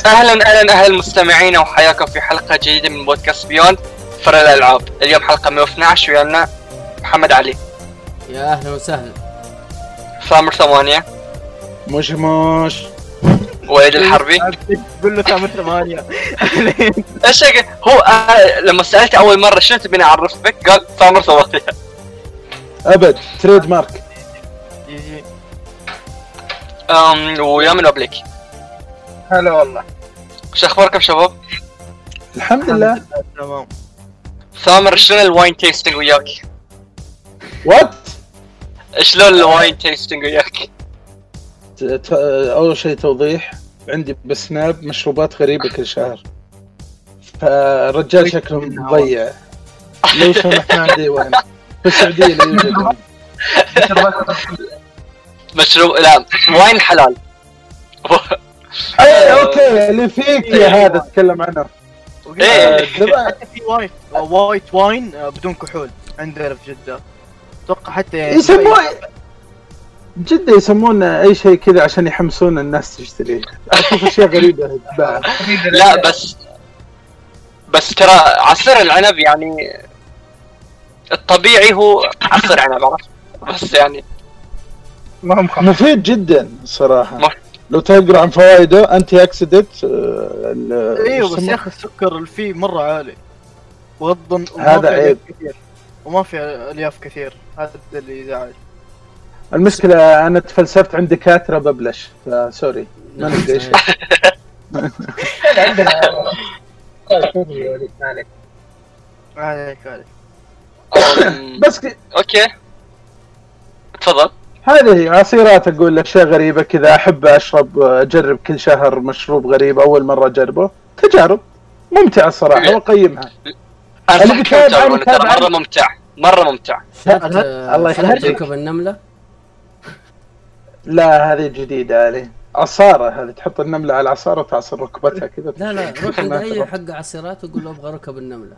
اهلا المستمعين وحياكم في حلقه جديده من بودكاست بيوند فر الالعاب. اليوم حلقه 112 ويانا محمد علي. يا اهلا وسهلا. ثامر 8 مش وليد الحربي. قول له ثامر 8. ايش هو لما سالت اول مره شنو تبيني اعرف بك قال ثامر 8. ابد تريد مارك. يجي ويا من ابليك. هلا والله. وش اخباركم شباب؟ الحمد لله تمام. ثامر شلون الواين تيستنج وياك؟ وات شلون الواين تيستنج وياك؟ اول شيء توضيح، عندي بسناب مشروبات غريبه كل شهر، فالرجال شكله مضيع. لو سمحت ما عندي وين في السعوديه لا يوجد مشروب لا واين حلال. اوكي اللي فيك يا هذا تكلم عنه. ايه في وايت واين بدون كحول عندنا في جدة. اتوقع حتى يسمون جدة يسمون اي شيء كذا عشان يحمسون الناس تشتريه. اشوف اشياء غريبه تتباع. لا بس ترى عصير العنب يعني الطبيعي هو عصير عنب، عرفت؟ بس يعني مفيد جدا صراحه. مفيد. لو تقرا عن فوائده انتي اكسيدنت. ايوه بس يا اخي السكر اللي فيه مره عالي وغض هذا عيب كثير وما في الياف كثير، هذا اللي يزعل. المشكله انا تفلسفت عند دكاتره ببلش، فسوري ما نقدر شيء. عندنا عليك بس اوكي تفضل. هذه عصيرات، اقول اشياء غريبه كذا، احب اشرب اجرب كل شهر مشروب غريب اول مره اجربه. تجارب ممتعه الصراحه واقيمها. اللي اللي بيتابع مره ممتع. الله يخليك. ركب النملة. لا هذه جديده، هذه عصاره، هذه تحط النمله على العصاره وتعصر ركبتها كذا. لا روح عند اي حق عصيرات وقول له ابغى ركب النملة.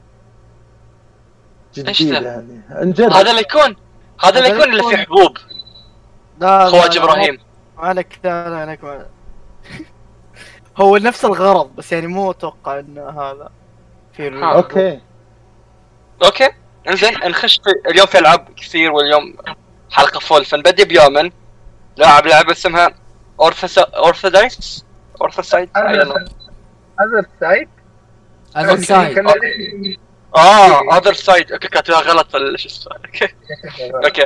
جديده هذه نجرب. هذا اللي يكون اللي فيه حبوب. لا خواج ابراهيم عليك. لا عليك هو نفس الغرض بس يعني مو اتوقع ان هذا في اوكي انزين نخش اليوم في العاب كثير، واليوم حلقه فول، فنبدي بيومن لاعب لعبه اسمها اورثودايد. اذر سايد. اذر سايد. اوكي كاتبها غلط شو اسمه. اوكي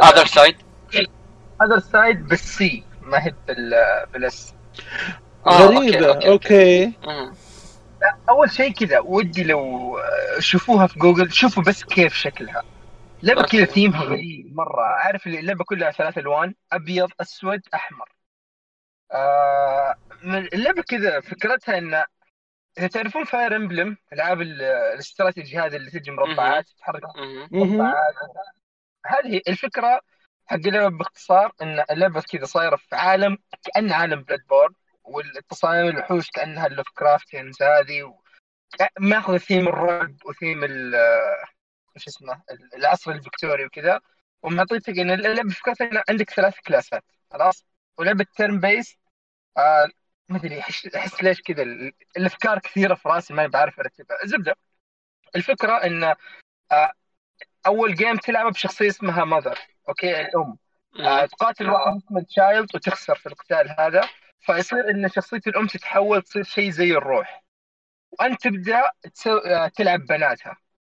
اذر سايد بالسي ما هي بالاس. غريبه. اوكي. اول شيء كذا ودي لو شوفوها في جوجل، شوفوا بس كيف شكلها. لعبه كذا ثيمها غريب مره. عارف اللعبه كلها 3 ألوان، ابيض اسود احمر. اللعبه كذا فكرتها ان اذا تعرفون فاير امبلم، العاب الاستراتيجي هذه اللي تجي مربعات تتحرك مربعات، هذه الفكره حق اللعبه باختصار. ان اللعبه كذا صايره في عالم كأنه عالم بلاد بورن، والتصاميم الوحوش كأنها اللوف كرافتينز هذه، ماخذ ثيم الرعب وثيم ايش اسمه العصر الفيكتوري وكذا. ومعطيتك ان اللعبه فكرتها ان عندك 3 كلاسات خلاص، ولعبه تيرن بيس. ما ادري احس ليش كذا الافكار كثيره في راسي ما بعرف ارتبها. الزبده الفكره ان اول جيم تلعب بشخصيه اسمها ماذر، اوكي الام. تقاتل واحد اسمه تشايلد وتخسر في القتال هذا، فيصير ان شخصيه الام تتحول تصير شيء زي الروح، وانت تبدا تلعب بناتها.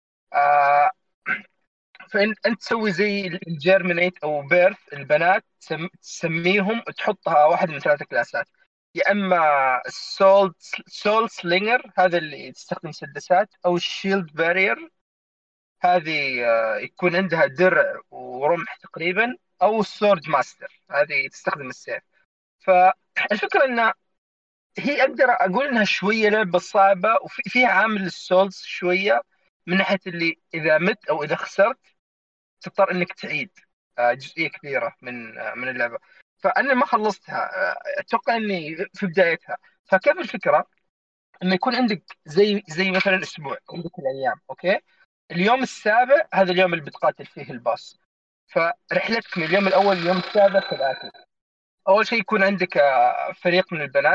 فانت تسوي زي الجيرمينيت او بيرث البنات، تسميهم وتحطها واحد من 3 كلاسات. يا اما سول سلينجر، هذا اللي تستخدم مسدسات، او الشيلد بارير، هذه يكون عندها درع ورمح تقريبا، او السورد ماستر، هذه تستخدم السيف. فالفكره ان هي اقدر اقول انها شويه لعبه صعبه وفيها عامل السولز شويه، من ناحيه اللي اذا مت او اذا خسرت تضطر انك تعيد جزئيه كبيره من اللعبه. فانا ما خلصتها، اتوقع اني في بدايتها. فكيف الفكره انه يكون عندك زي مثلا اسبوع، عندك الايام اوكي. اليوم السابع هذا اليوم اللي بتقاتل فيه الباص. فرحلتك من اليوم الاول لليوم السابع كالاتي. اول شيء يكون عندك فريق من البنات،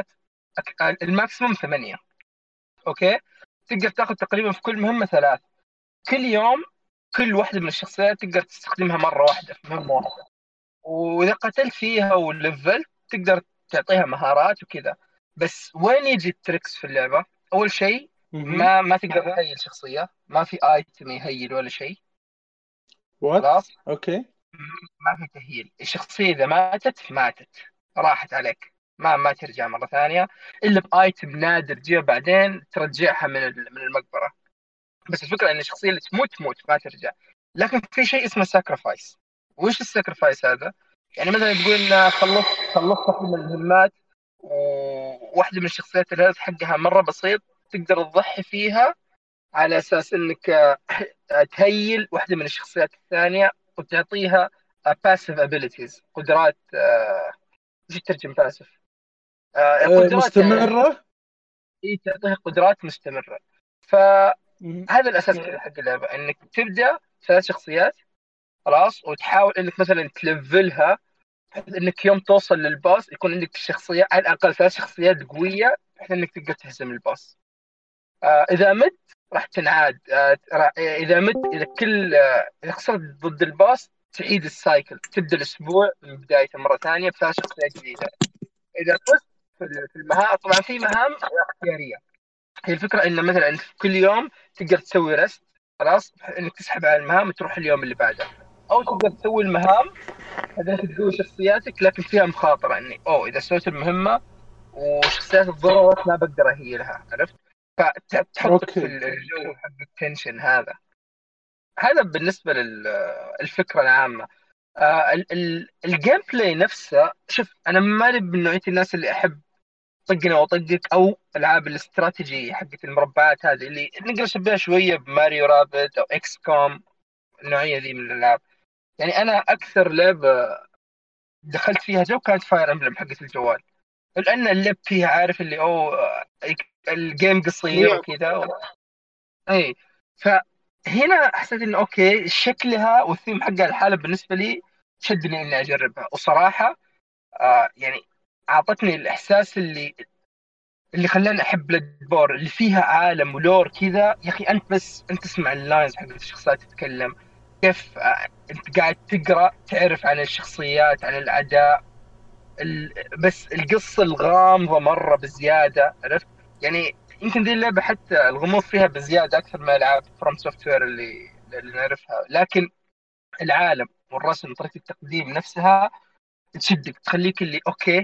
الماكسيموم 8. اوكي، تقدر تاخذ تقريبا في كل مهمه 3 كل يوم. كل واحده من الشخصيات تقدر تستخدمها مره واحده في مهمه واحده، واذا قتلت فيها وليفلت تقدر تعطيها مهارات وكذا. بس وين يجي التريكس في اللعبه؟ اول شيء ما تقدر تهيل شخصيه، ما في ايتم يهيل ولا شيء. خلاص، اوكي، ما في تهيل. الشخصيه اذا ماتت راحت عليك، ما ترجع مره ثانيه الا بايتم نادر جاء بعدين ترجعها من المقبره. بس الفكره ان الشخصيه اللي تموت ما ترجع. لكن في شيء اسمه ساكرفايس. وش الساكرفايس هذا؟ يعني مثلا تقول ان خلصت من المهمات، وواحده من الشخصيات الهيلث حقها مره بسيط، تقدر تضحي فيها على اساس انك تهيل واحده من الشخصيات الثانيه وتعطيها باسيف ابيليتيز، قدرات. ايش تترجم باسيف؟ قدرات مستمره. يعني تعطيها قدرات مستمره. فهذا الاساس كذا حق اللعبه، انك تبدا 3 شخصيات خلاص، وتحاول انك مثلا تلفلها بحيث انك يوم توصل للباص يكون عندك شخصيه على الاقل 3 شخصيات قويه بحيث انك تقدر تهزم الباص. اذا مت راح تنعاد. اذا خسرت ضد الباص تعيد السايكل، تبدا الاسبوع من بدايته مره ثانيه ب3 شخصيات جديده. اذا فزت في المهام، طبعا في مهام اختياريه. هي الفكره ان مثلا انت كل يوم تقدر تسوي رست خلاص، انك تسحب على المهام وتروح اليوم اللي بعده، او تقدر تسوي المهام هذول تقوي شخصياتك لكن فيها مخاطره اني اذا سويت المهمه وشخصيات تضررت ما بقدر اهيلها، عرفت؟ فتحطك في الجو حق التنشن هذا. هذا بالنسبه للفكره العامه. الجيم بلاي نفسه، شوف انا ماني من نوعيه الناس اللي احب طقنا وطقك او العاب الاستراتيجي حقت المربعات هذه اللي نقدر نشبهها شويه بماريو رابت او اكس كوم، النوعيه ذي من الالعاب. يعني انا اكثر لعبه دخلت فيها جو كانت فاير امبلم حقت الجوال، لان اللعب فيها عارف اللي الجيم قصير وكذا اي. فهنا حسيت انه اوكي شكلها والثيم حقها الحالة بالنسبه لي شدني اني اجربها. وصراحه يعني اعطتني الاحساس اللي خلاني احب بلاد بور، اللي فيها عالم ولور كذا. يا اخي انت تسمع اللاينز حق الشخصيات تتكلم كيف، انت قاعد تقرا تعرف عن الشخصيات عن الاعداء. بس القصه الغامضه مره بزياده، عرفت؟ يعني يمكن دي اللعبه حتى الغموض فيها بزياده اكثر من العاب فروم سوفت وير اللي نعرفها. لكن العالم والرسم طريقه التقديم نفسها تشدك، تخليك اللي اوكي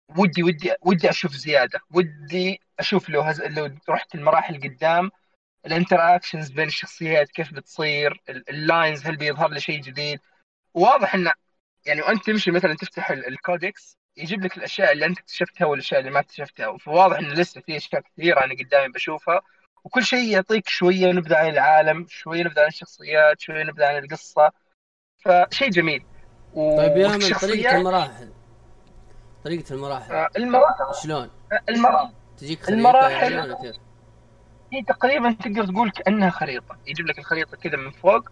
ودي اشوف زياده، ودي اشوف لو رحت المراحل قدام الانتراكشنز بين الشخصيات كيف بتصير، اللاينز هل بيظهر لي شيء جديد. واضح انه يعني وانت تمشي مثلا تفتح الكودكس يجيب لك الاشياء اللي انت اكتشفتها والاشياء اللي ما اكتشفتها، فواضح انه لسه في اشياء كثيره انا قدامي بشوفها، وكل شيء يعطيك شويه نبذه عن العالم، شويه نبذه عن الشخصيات، شويه نبذه عن القصه. فشيء جميل. طيب يا من طريقه المراحل شلون تجيك خريطه المراحل يعني ولا كيف؟ هي تقريبا تقدر تقول كأنها خريطة، يجيب لك الخريطة كذا من فوق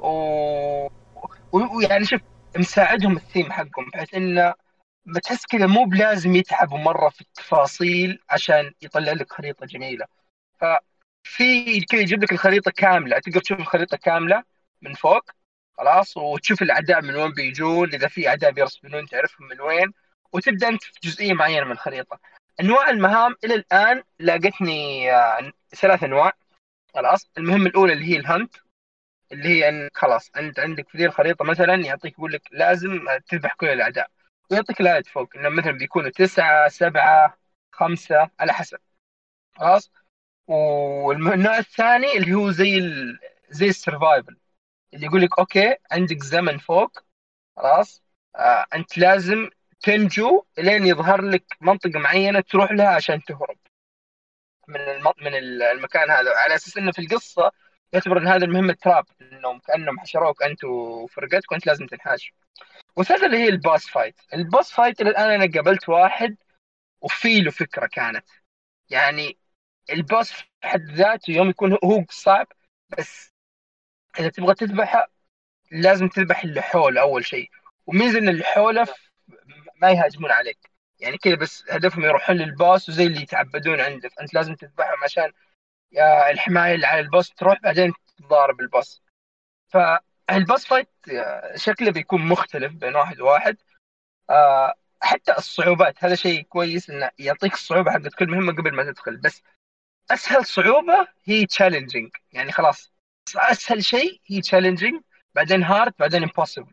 ويعني شوف مساعدهم الثيم حقهم بحيث انه بتحس كذا مو بلازم يتعبوا مرة في التفاصيل عشان يطلع لك خريطة جميلة. ففي كذا يجيب لك الخريطة كاملة، تقدر تشوف الخريطة كاملة من فوق خلاص، وتشوف الأعداء من وين بيجون، إذا في أعداء بيرسبنون تعرفهم من وين، وتبدأ أنت في جزئية معينة من الخريطة. أنواع المهام إلى الآن لاقتني 3 أنواع خلاص. المهمة الأولى اللي هي الهانت، اللي هي أن خلاص أنت عندك في ذي الخريطة مثلا يعطيك يقول لك لازم تذبح كل الأعداء، ويعطيك العدد فوق إنه مثلا بيكونوا 9 7 5 على حسب خلاص. والنوع الثاني اللي هو زي السرفايفل، اللي يقول لك أوكي عندك زمن فوق خلاص، أنت لازم تنجو لين يظهر لك منطقة معينة تروح لها عشان تهرب من المكان هذا، على اساس انه في القصه يعتبر ان هذا المهمه تراب، انهم كانهم حشروك انت وفرقتك وانت لازم تنحاش. والثالثه اللي هي الباس فايت الى الان انا قابلت واحد وفي له فكره كانت، يعني الباس في حد ذاته يوم يكون هو صعب، بس اذا تبغى تذبحه لازم تذبح اللي حول اول شيء. وميزه ان اللي حوله ما يهاجمون عليك، يعني كذا بس هدفهم يروحون للبوس، وزي اللي يتعبدون عنده، فانت لازم تذبحهم عشان الحمايه اللي على البوس تروح، بعدين تضارب البوس. فالبوس فايت شكله بيكون مختلف بين واحد وواحد. حتى الصعوبات هذا شيء كويس، انه يعطيك الصعوبه حقت كل مهمه قبل ما تدخل. بس اسهل صعوبه هي تشالنجينج، يعني خلاص اسهل شيء هي تشالنجينج، بعدين هارد، بعدين امبوسيبل.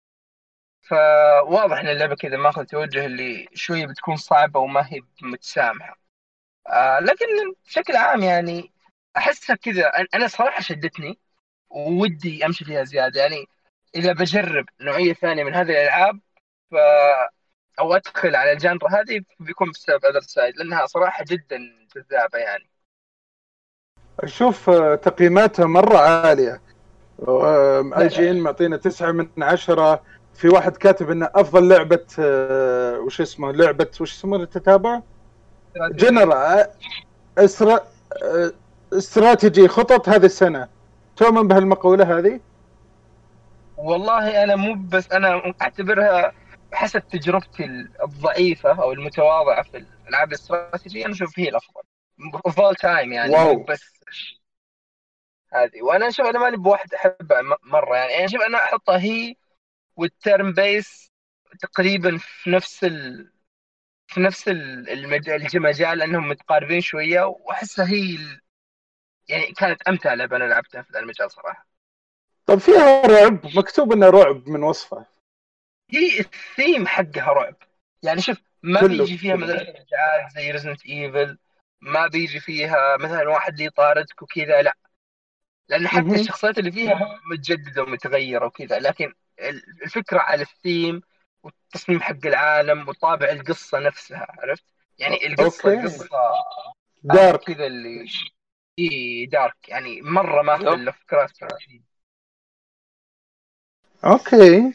فواضح ان اللعبه كذا ماخذ توجه اللي شويه بتكون صعبه وما هي متسامحه. لكن بشكل عام يعني احسها كذا، انا صراحه شدتني وودي امشي فيها زياده. يعني اذا بجرب نوعيه ثانيه من هذه الالعاب او ادخل على الجانرا هذه، بيكون بسبب اذر سايد، لانها صراحه جدا جذابه يعني. اشوف تقييماتها مره عاليه. IGN معطينا 9/10. في واحد كاتب انه افضل لعبه وش اسمه لعبه وش اسمه التتابع جنرال استراتيجي خطط هذه السنه. تؤمن بهالمقوله هذه؟ والله انا مو بس، انا اعتبرها حسب تجربتي الضعيفه او المتواضعه في الالعاب الاستراتيجيه، انا اشوف هي الافضل فول تايم يعني. مو بس هذه. وانا اشوف انا ماني بواحد احبها مره يعني. انا اشوف انا احطها هي والتيرم بيس تقريبا في نفس المجال، لانهم متقاربين شويه، واحسها هي يعني كانت امتع لعبه انا لعبتها في المجال صراحه. طب فيها رعب؟ مكتوب انه رعب من وصفه. هي الثيم حقها رعب يعني. شوف ما بيجي فيها مثلا ارجاءات زي ريزنت ايفل، ما بيجي فيها مثلا واحد اللي يطاردك وكذا، لا، لان حتى الشخصيات اللي فيها متجدده ومتغيره وكذا. لكن الفكره على الثيم والتصميم حق العالم وطابع القصه نفسها، عرفت يعني؟ القصه دارك كذا، اللي دارك يعني، مره ما في الافكار. اوكي.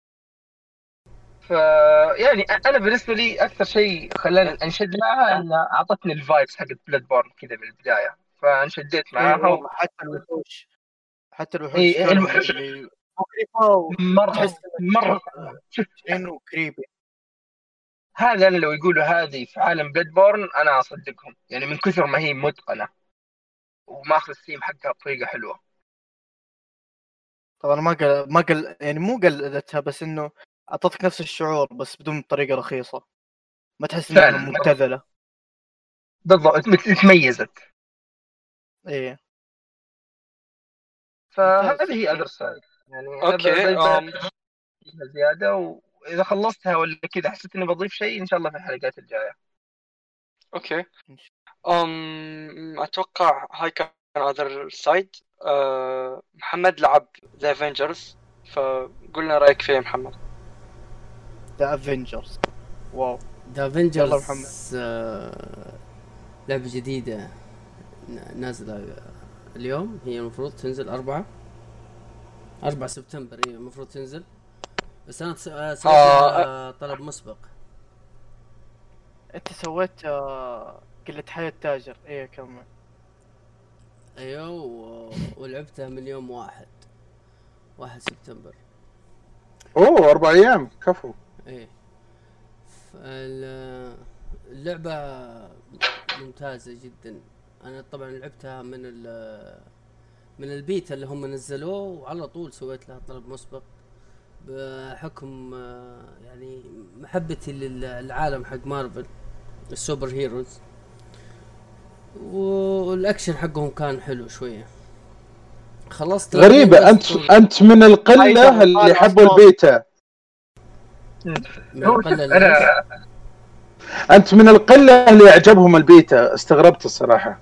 يعني انا بالنسبه لي اكثر شيء خلاني انشد معها ان اعطتني الفايبس حقت بلاد بورن كذا من البدايه، فانشديت معاها. حتى الوحوش المحرك اللي مره انه كريبي. هذا لو يقولوا هذه في عالم بلاد بورن انا اصدقهم يعني، من كثر ما هي متقنه وماخذ الثيم حقها بطريقه حلوه. طبعا ما قل يعني مو قلدتها، بس انه اعطتك نفس الشعور بس بدون طريقه رخيصه، ما تحس انها مبتذله. بالضبط، تميزت. ايه. فهذه هي اذر سايد يعني. اوكي زياده، واذا خلصتها ولا كذا حسيت اني بضيف شيء ان شاء الله في الحلقات الجايه. اوكي. اتوقع هاي كان اذر سايد. محمد لعب ذا افنجرز، فقلنا رايك فيه محمد. ذا افنجرز واو. ذا افنجرز لعبه جديده نازله اليوم، هي المفروض تنزل 4 سبتمبر. هي المفروض تنزل، بس انا سويت طلب مسبق. انت سويت قلة حياة تاجر. ايه كمل. ايوه ولعبتها من يوم 1 سبتمبر. 4 أيام كفو. ايه. اللعبة ممتازة جدا. انا طبعا لعبتها من البيتا اللي هم نزلوه، وعلى طول سويت لها طلب مسبق بحكم يعني محبتي للعالم حق مارفل السوبر هيروز، والاكشن حقهم كان حلو شويه. خلصت. غريبة انت من القلة اللي حبوا البيتا. انت من القلة اللي اعجبهم البيتا. استغربت الصراحة.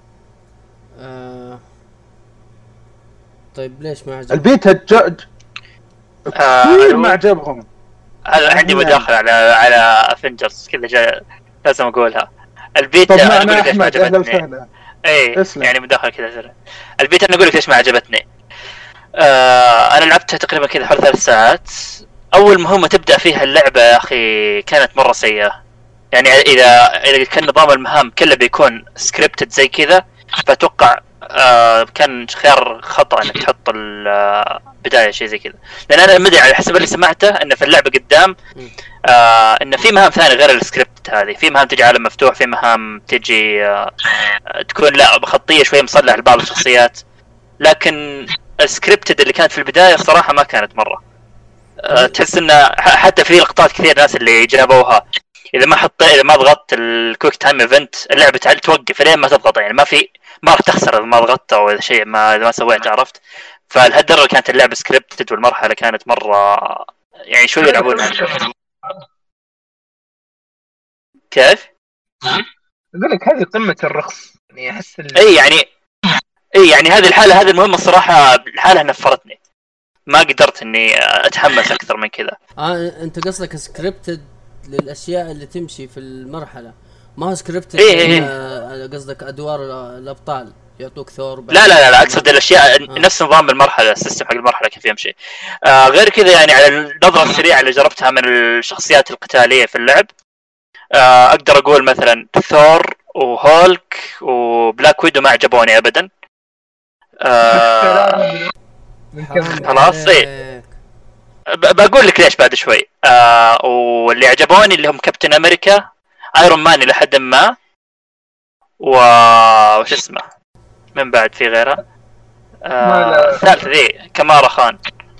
طيب ليش ما عجبهم البيتا؟ ما عجبهم. عندي مداخلة على افنجرز كذا لازم اقولها. البيتا انا اقول لك ليش ما عجبتني. ايه يعني مداخلة كذا. البيتا انا اقول لك ليش ما عجبتني. انا لعبتها تقريبا كذا حوالي 3 ساعات. اول مهمة تبدأ فيها اللعبة يا اخي كانت مرة سيئة. يعني اذا كان نظام المهام كله بيكون سكريبتد زي كذا، فاتوقع كان خيار خطأ انك تحط البدايه شيء زي كذا، لان انا مدري على حسب اللي سمعته انه في اللعبه قدام انه في مهام ثانيه غير السكريبت هذه، في مهام تجي عالم مفتوح، في مهام تجي تكون لا خطيه شوي مصلح لبعض الشخصيات، لكن السكريبتد اللي كانت في البدايه الصراحه ما كانت مره. تحس انه حتى في لقطات كثير ناس اللي جابوها اذا ما ضغطت الكويك تايم ايفنت اللعبه توقف لين ما تضغط، يعني ما راح تخسر اذا ما ضغطت او اذا شيء ما سويت، عرفت؟ فالهدر كانت اللعبه سكريبتد والمرحله كانت مره يعني شوي يلعبون كيف؟ اقول لك هذه قمه الرخص، يعني احس اي يعني هذه الحاله، هذه المهمه الصراحه الحاله نفرتني، ما قدرت اني اتحمس اكثر من كذا. انت قصدك سكريبتد للاشياء اللي تمشي في المرحله، ما هو سكريبتد قصدك ادوار الابطال يعطوك ثور؟ لا اقصد الاشياء نفس نظام المرحله، السيستم حق المرحله كيف يمشي. غير كذا يعني على النظره السريعه اللي جربتها من الشخصيات القتاليه في اللعب، اقدر اقول مثلا ثور وهولك وبلاك ويدو ما عجبوني ابدا. خلاص بقول لك ليش بعد شوي. واللي عجبوني اللي هم كابتن امريكا، ايرون مان الى حد ما، وش اسمه من بعد في غيره ثالث ذي كمارا خان.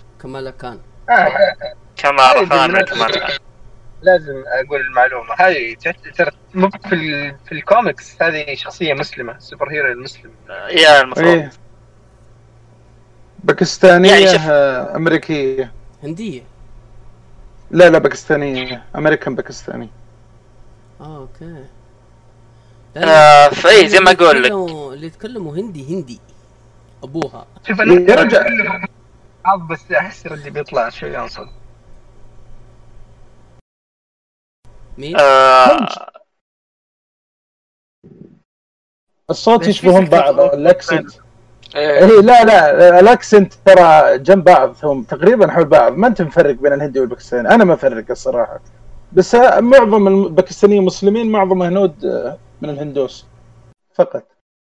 لازم اقول المعلومه هذه ترى في الكوميكس هذه شخصيه مسلمه، سوبر هيرو المسلم يا المفروض باكستانيه يعني امريكيه هنديه، لا باكستانيه، امريكان باكستاني. اوكي. فاي زي ما اقول لك اللي يتكلموا هندي ابوها. شوف انا يرجع بس احس ردي بيطلع شوي انصل. مين؟ الصوت يشبهون بعض، الاكسنت. لا الاكسنت ترى جنب بعض، هم تقريبا حول بعض، ما انت مفرق بين الهندي والباكستاني. انا ما افرق الصراحه، بس معظم الباكستانيين مسلمين، معظم هنود من الهندوس فقط.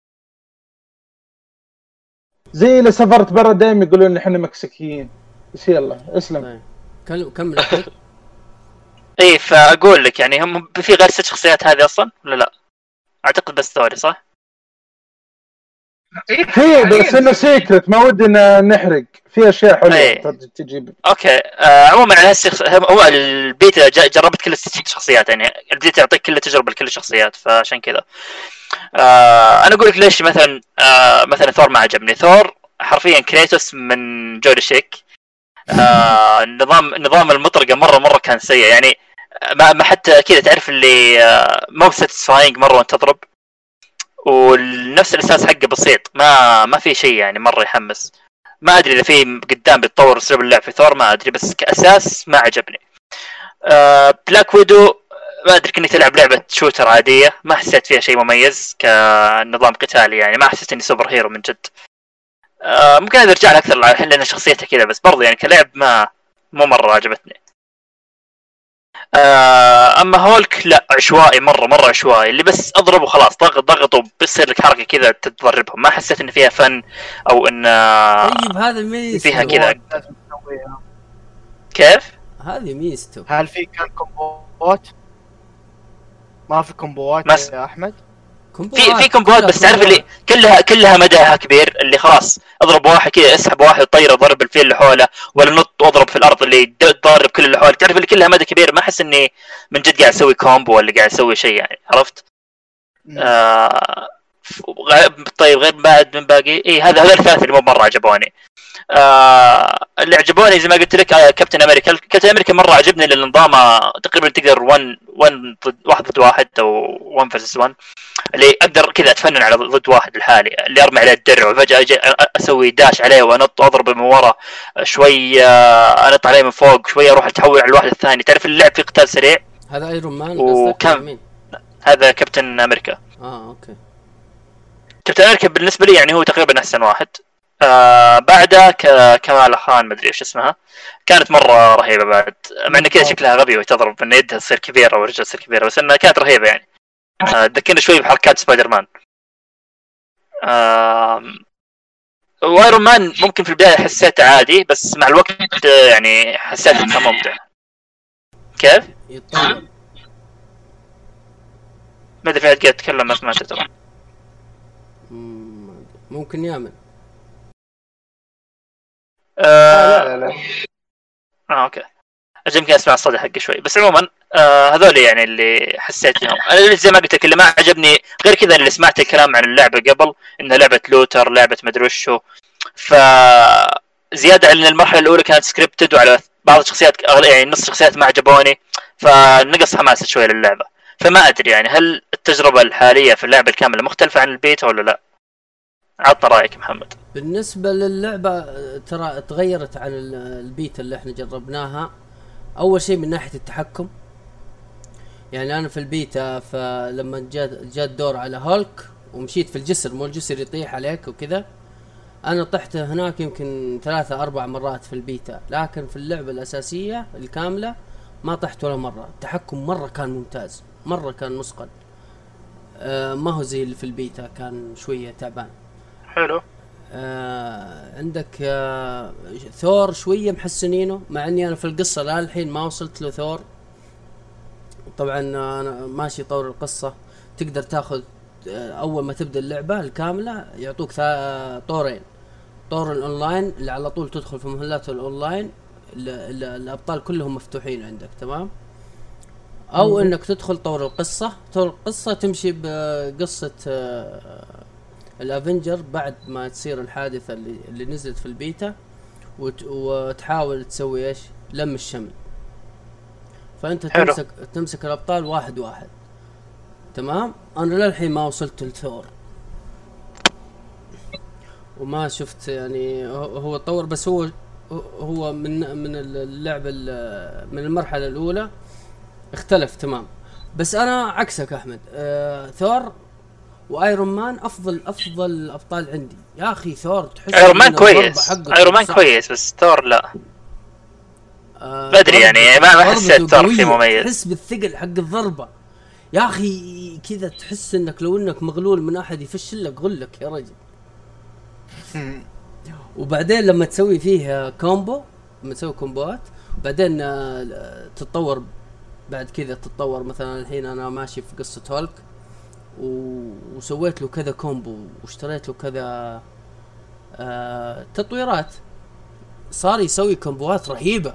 زي اللي سافرت برا دايما يقولون احنا مكسيكيين، بس يلا اسلم. كمل. ايه فاقول لك يعني هم في غير 6 شخصيات هذه اصلا ولا لا؟ اعتقد بس ثوري صح؟ في بس انه سيكرت، ما ودنا نحرق، في اشياء حلوه تجيب. اوكي. عموما على هو البيتا جربت كل 6 شخصيات، يعني البيتا يعطيك كل تجربه لكل الشخصيات، فعشان كذا انا اقول لك ليش مثلا ثور ما عجبني. ثور حرفيا كريتوس من جودي شيك. نظام المطرقه مره كان سيء، يعني ما حتى كذا تعرف اللي مو ساتسفاينج مره وانت تضرب، والنفس الاساس حقه بسيط، ما في شيء يعني مره يحمس. ما ادري اذا في قدام بيتطور اسلوب اللعب في ثور، ما ادري، بس كاساس ما عجبني. بلاك ويدو ما ادري، كني تلعب لعبه شوتر عاديه، ما حسيت فيها شيء مميز كنظام قتالي، يعني ما حسيت اني سوبر هيرو من جد. ممكن ارجع لها اكثر الحين لان شخصيتها كذا، بس برضه يعني كلعب مو مره عجبتني. اما هولك لا، عشوائي مره عشوائي، اللي بس اضرب وخلاص، ضغط وبيصير لك حركه كذا تضربهم، ما حسيت ان فيها فن او ان طيب هذا ميزته فيها كذا. كيف هذه ميزته؟ هل في كان كومبوات؟ ما في كومبوات يا احمد؟ في كومبوات، بس تعرف اللي كلها مداها كبير، اللي خلاص اضرب واحد كذا، اسحب واحد وطير ضرب الفيل اللي حوله، ولا نط واضرب في الارض اللي ضارب كل اللي حوله، تعرف اللي كلها مدى كبير، ما احس اني من جد قاعد اسوي كومبو ولا قاعد اسوي شيء، يعني عرفت؟ طيب غير بعد من باقي هذا الثلاث اللي مو مره عجبوني. اللي عجبوني زي ما قلت لك كابتن امريكا مره عجبني، لان نظامه تقريبا تقدر 1 ضد واحد او 1 فيرسس 1، اللي اقدر كذا اتفنن على ضد واحد الحالي، اللي ارمي عليه الدرع وفجاه اجي اسوي داش عليه وانط واضرب من ورا شوي، انط عليه من فوق شويه، اروح اتحول على الواحد الثاني، تعرف اللعب فيه قتال سريع. هذا ايرون مان وكم مين؟ هذا كابتن امريكا. اوكي. كابتن امريكا بالنسبه لي يعني هو تقريبا احسن واحد. بعدها كمال خان مدري ايش اسمها، كانت مره رهيبه بعد، مع ان كذا شكلها غبي وتضرب ان يدها تصير كبيره ورجلها تصير كبيره، بس انها كانت رهيبه يعني. ذكرني شوي بحركات سبايدر مان. وايرون مان ممكن في البدايه حسيته عادي، بس مع الوقت يعني حسيت انه ممتع. كيف؟ يتطور. ما ادري في حد قاعد يتكلم ما سمعته ترى. ممكن يعمل. لا اوكي. يمكن اسمع الصدى حقي شوي، بس عموما هذول يعني اللي حسيت فيهم. انا زي ما قلت لك اللي ما عجبني غير كذا اللي سمعت الكلام عن اللعبه قبل انها لعبه لوتر، لعبه مدري وشو، ف زياده عن المرحله الاولى كانت سكريبتد وعلى بعض الشخصيات يعني نص الشخصيات ما عجبوني، فنقص حماسه شويه للعبه. فما ادري يعني هل التجربه الحاليه في اللعبه الكامله مختلفه عن البيتا ولا لا؟ عطنا رايك محمد. بالنسبه للعبه ترى تغيرت عن البيتا اللي احنا جربناها. اول شيء من ناحيه التحكم، يعني انا في البيتا فلما جاء الدور على هولك ومشيت في الجسر، مو الجسر يطيح عليك وكذا، انا طحت هناك يمكن 3-4 مرات في البيتا، لكن في اللعبه الاساسيه الكامله ما طحت ولا مره. التحكم مره كان ممتاز، مره كان مسقل، ما هو زي اللي في البيتا، كان شويه تعبان. حلو. عندك ثور شويه محسنينه، مع اني انا في القصه الحين ما وصلت له ثور. طبعا انا ماشي طور القصه، تقدر تاخذ اول ما تبدا اللعبه الكامله يعطوك طورين، طور الاونلاين اللي على طول تدخل في مهمات الاونلاين، الابطال كلهم مفتوحين عندك تمام، او انك تدخل طور القصه. طور القصه تمشي بقصه الافنجر بعد ما تصير الحادثه اللي نزلت في البيتا، وتحاول تسوي ايش لم الشمل. فانت تمسك الابطال واحد واحد تمام. انا للحين ما وصلت لثور وما شفت يعني هو طور، بس هو من اللعبه من المرحله الاولى اختلف تمام. بس انا عكسك احمد، ثور وايرون مان افضل الابطال عندي يا اخي. ثور تحس ايرون مان كويس، ايرون مان كويس، بس ثور لا بدري يعني ما حسيت ثور في مميز. تحس بالثقل حق الضربه يا اخي كذا، تحس انك لو انك مغلول من احد يفشل لك غلك يا رجل. وبعدين لما تسوي فيه كومبو، لما تسوي كومبوات بعدين تتطور بعد كذا، تتطور مثلا الحين انا ماشي في قصة هولك وسويت له كذا كومبو واشتريت له كذا تطويرات، صار يسوي كومبوات رهيبة.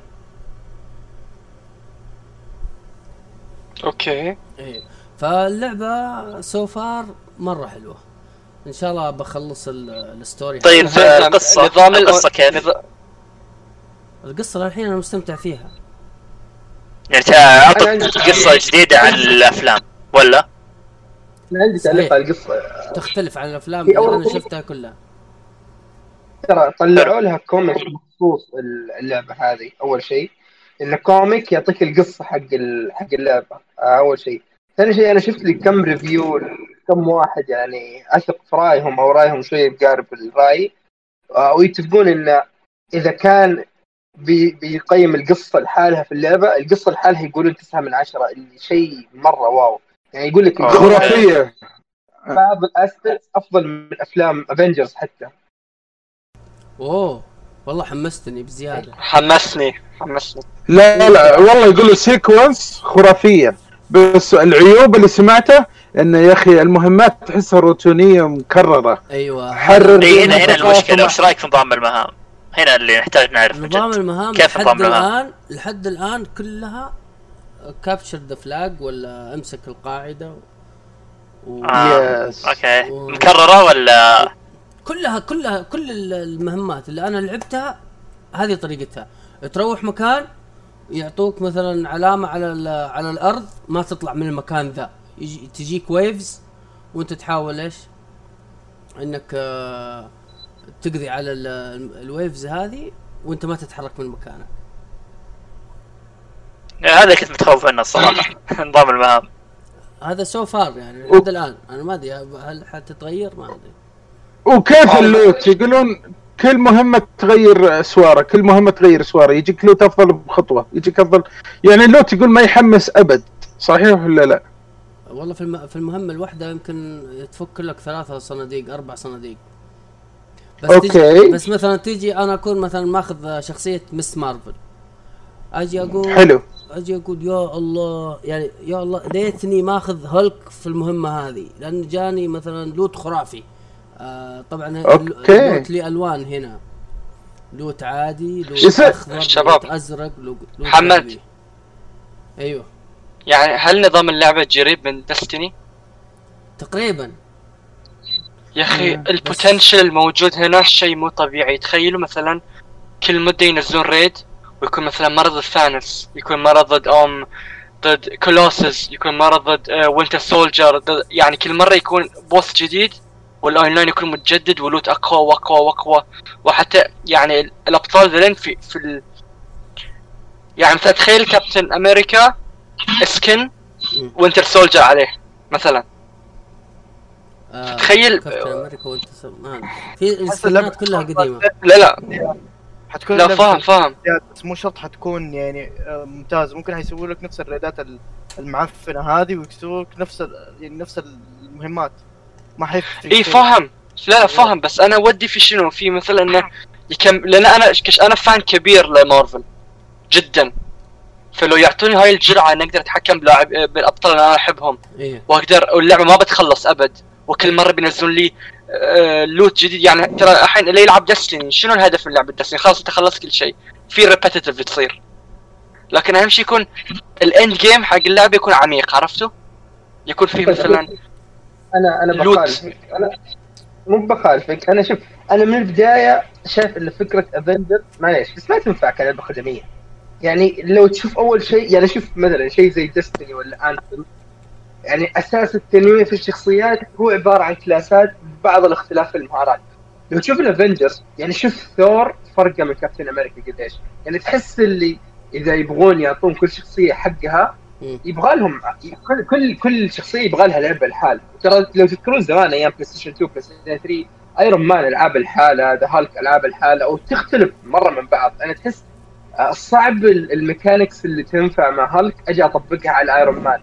اوكي ايه فاللعبة سوفار مرة حلوة، ان شاء الله بخلص الستوري. طيب القصة كيف؟ القصة الحين انا مستمتع فيها، يعني تعطت قصة جديدة عن الافلام ولا؟ انا عندي تعليق على القصة تختلف عن الافلام اللي انا شفتها كلها. ترى طلعوا لها كوميك مخصوص اللعبة هذه. اول شيء ان كوميك يعطيك القصة حق اللعبة اول شيء. ثاني شيء انا شفت لي كم ريفيو، كم واحد يعني اثق في رايهم او رايهم شويه بقارب الراي، ويتفقون ان اذا كان بيقيم القصه لحالها في اللعبه، القصه لحالها يقولون 9 من 10، اللي شيء مره واو. يعني يقول لك خرافيه، بعض الاسبكت افضل من افلام افنجرز حتى. اوه والله حمستني بزياده. حمسني لا والله يقولوا سيكونس خرافيه، بس العيوب اللي سمعته انه يا اخي المهمات تحسها روتينيه مكرره. ايوه هنا المشكله. وش رايك في نظام المهام؟ هنا اللي نحتاج نعرف نظام المهام. كيف نظام المهام لحد الان كلها كابتشر ذا فلاج ولا امسك القاعده اوكي مكرره ولا كل المهمات اللي انا لعبتها هذه طريقتها. تروح مكان يعطوك مثلا علامة على الأرض، ما تطلع من المكان ذا، تجيك ويفز وانت تحاول ايش انك تقضي على الويفز هذه وانت ما تتحرك من مكانك. هذا كنت متخوف منه الصراحة. نظام المهام هذا سو فار يعني لحد الآن انا ما ادري هل حتتغير، ما ادري. وكيف اللوت يقولون كل مهمة تغير سوارة، كل مهمة تغير سوارة، يجيك لوت أفضل بخطوة، يجيك أفضل، يعني اللوت يقول ما يحمس أبد، صحيح ولا لا؟ والله في المهمة الواحدة يمكن تفك لك 3 صناديق 4 صناديق بس. أوكي. بس مثلا تيجي انا اكون مثلا ماخذ شخصية مس مارفل، اجي اقول حلو، اجي اقول يا الله يعني يا الله ليتني ماخذ هولك في المهمة هذه، لان جاني مثلا لوت خرافي. طبعا اللوت لي الوان هنا، لوت عادي، لوت اخضر، لوت ازرق، لوت محمد. ايوه يعني هل نظام اللعبة قريب من دستني؟ تقريبا يا اخي البوتنشل الموجود هنا شيء مو طبيعي. تخيلوا مثلا كل مدة ينزلون ريد ويكون مثلا مرة ضد ثانوس، يكون مرة ضد كولوسس، يكون مرة ضد وينتر سولجر، يعني كل مرة يكون بوس جديد والاونلاين يكون متجدد ولوت اقوى واقوى واقوى. وحتى يعني الابطال ذلين في يعني مثلا تخيل كابتن امريكا سكن وينتر سولجر عليه مثلا. تخيل كابتن امريكا وانت في السكنات كلها قديمه. لا حتكون لا فاهم بس مو شرط حتكون يعني ممتاز. ممكن هيسووا لك نفس الريدات المعفنه هذه ويسووا لك نفس المهمات، ما حيفرق. اي فاهم. لا فاهم، بس انا ودي في شنو، في مثلا انه لان انا فان كبير لمارفل جدا، فلو يعطوني هاي الجرعه ان اقدر اتحكم بالابطال اللي انا احبهم واقدر، واللعبه ما بتخلص ابد، وكل مره بينزلون لي لوت جديد. يعني ترى الحين اللي يلعب دستني شنو الهدف من لعبه دستني؟ خلاص انت خلصت كل شيء، في ريبيتيتيف تصير، لكن اهم شيء يكون الاند جيم حق اللعبه يكون عميق، عرفتوا؟ يكون فيه مثلا انا بخالفك. انا مو بخالفك، انا شوف، انا من البدايه شايف ان فكره افنجر معليش بس ما تنفع كلعبه خدميه. يعني لو تشوف اول شيء، يعني شوف مثلا شيء زي دستني ولا انثم، يعني اساس التنويع في الشخصيات هو عباره عن كلاسات بعض الاختلاف في المهارات. لو تشوف الافنجرز يعني شوف ثور فرقه من كابتن امريكا قديش، يعني تحس اللي اذا يبغون يعطون كل شخصيه حقها يبغى لهم كل شخصيه يبغى لها لعبه الحال. ترى لو تذكرون زمان ايام بلاي ستيشن 2 بلاي ستيشن 3 ايرون مان العاب الحاله، ذا هالك العاب الحاله، او تختلف مره من بعض. انا تحس الصعب الميكانكس اللي تنفع مع هالك اجي اطبقها على ايرون مان،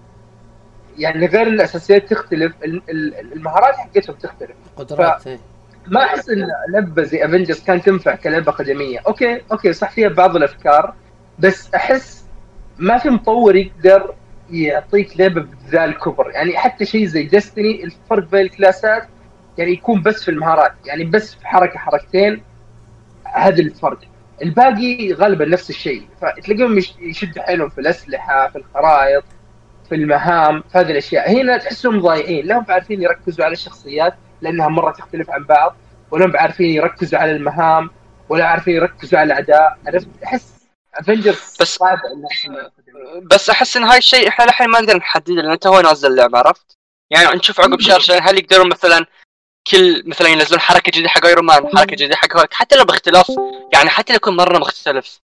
يعني غير الاساسيات تختلف، المهارات حقتهم تختلف. قدرات ما احس ان لعبه زي افنجرز كان تنفع كلعبه قدميه. اوكي صح فيها بعض الافكار، بس احس ما في مطور يقدر يعطيك لعبه بذا الكبر. يعني حتى شيء زي ديستني الفرق بين الكلاسات يعني يكون بس في المهارات، يعني بس في حركه حركتين، هذا الفرق. الباقي غالبا نفس الشيء، فتلاقيهم يشدوا حيلهم في الاسلحه، في الخرائط، في المهام، في هذه الاشياء. هنا تحسهم ضايعين، لا هم عارفين يركزوا على الشخصيات لانها مره تختلف عن بعض، ولا هم عارفين يركزوا على المهام، ولا عارفين يركزوا على الاداء. عرفت؟ احس افنجرز صعب بس احس ان هاي الشيء احنا الحين ما نقدر نحدده لان انت هو نازل اللعبه، عرفت؟ يعني نشوف عقب شهر هل يقدرون مثلا كل مثلا ينزلون حركه جديده حق ايرون مان، حركه جديده حق هولك، حتى لو باختلاف، يعني حتى لو يكون مره مختلف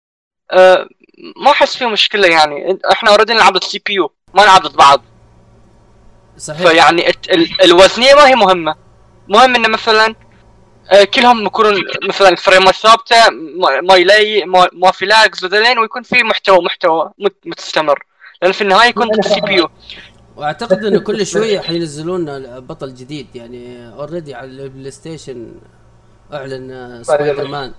ما احس فيه مشكله. يعني احنا اوريدي نلعب السي بي يو، ما نلعب ضد بعض، صحيح. فيعني الوزنيه ما هي مهمه، مهم ان مثلا كلهم يكونون مثلا الفريمات ثابته، ما يلاقي ما في لاجز بدلين، ويكون في محتوى مستمر، لان في النهايه يكون السي بي يو. واعتقد انه كل شويه حينزلون بطل جديد، يعني اوريدي على البلاي ستيشن اعلن سبايدر مان.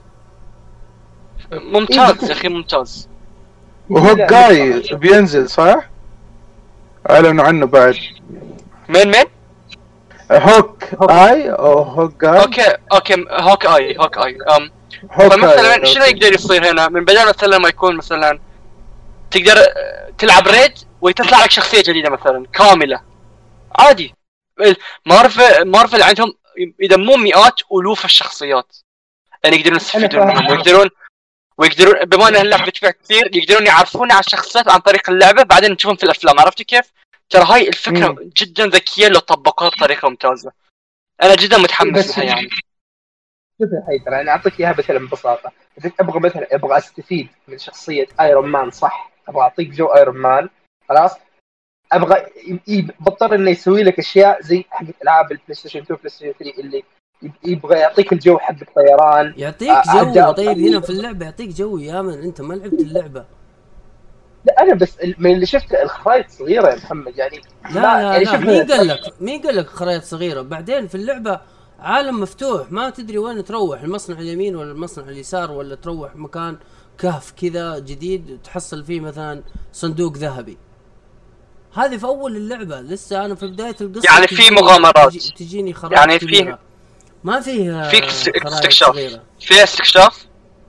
ممتاز يا اخي ممتاز. وهو جاي بينزل صح؟ اعلنوا عنه بعد. مين هوك اي او هوك اي؟ اوكي هوك اي فمثلا شنو يقدر يصير هنا؟ من بدل مثلا ما يكون مثلا تقدر تلعب ريد وتطلع لك شخصيه جديده مثلا كامله عادي. مارفل عندهم يدمون مئات الوف الشخصيات، يعني يقدرون يستفيدون منهم، ويقدرون بما ان اللعبه تبيع كثير يقدرون يعرفون على الشخصيات عن طريق اللعبه، بعدين نشوفهم في الافلام. عرفتوا كيف؟ ترى هاي الفكره جدا ذكيه لو طبقوها بطريقه ممتازه. انا جدا متحمس لها. يعني شوف يا حيدر، انا اعطيك اياها مثلا ببساطه. اذا ابغى استفيد من شخصيه ايرون مان صح، ابغى اعطيك جو ايرون مان خلاص، ابغى بضطر انه يسوي لك اشياء زي حق العاب البلاي ستيشن 2 بلاي ستيشن 3 اللي يبغى يعطيك الجو حق الطيران، يعطيك جو. طيب هنا في اللعبه يعطيك جو يا من انت ما لعبت اللعبه. لا انا بس من اللي شفت الخرائط صغيره يا محمد يعني. لا مين قال لك خرائط صغيره؟ بعدين في اللعبه عالم مفتوح، ما تدري وين تروح، المصنع اليمين ولا المصنع اليسار، ولا تروح مكان كهف كذا جديد تحصل فيه مثلا صندوق ذهبي. هذه في اول اللعبه، لسه انا في بدايه القصه يعني في مغامرات، تجيني خرائط يعني كبيره. ما فيها فيك استكشاف صغيرة. فيها استكشاف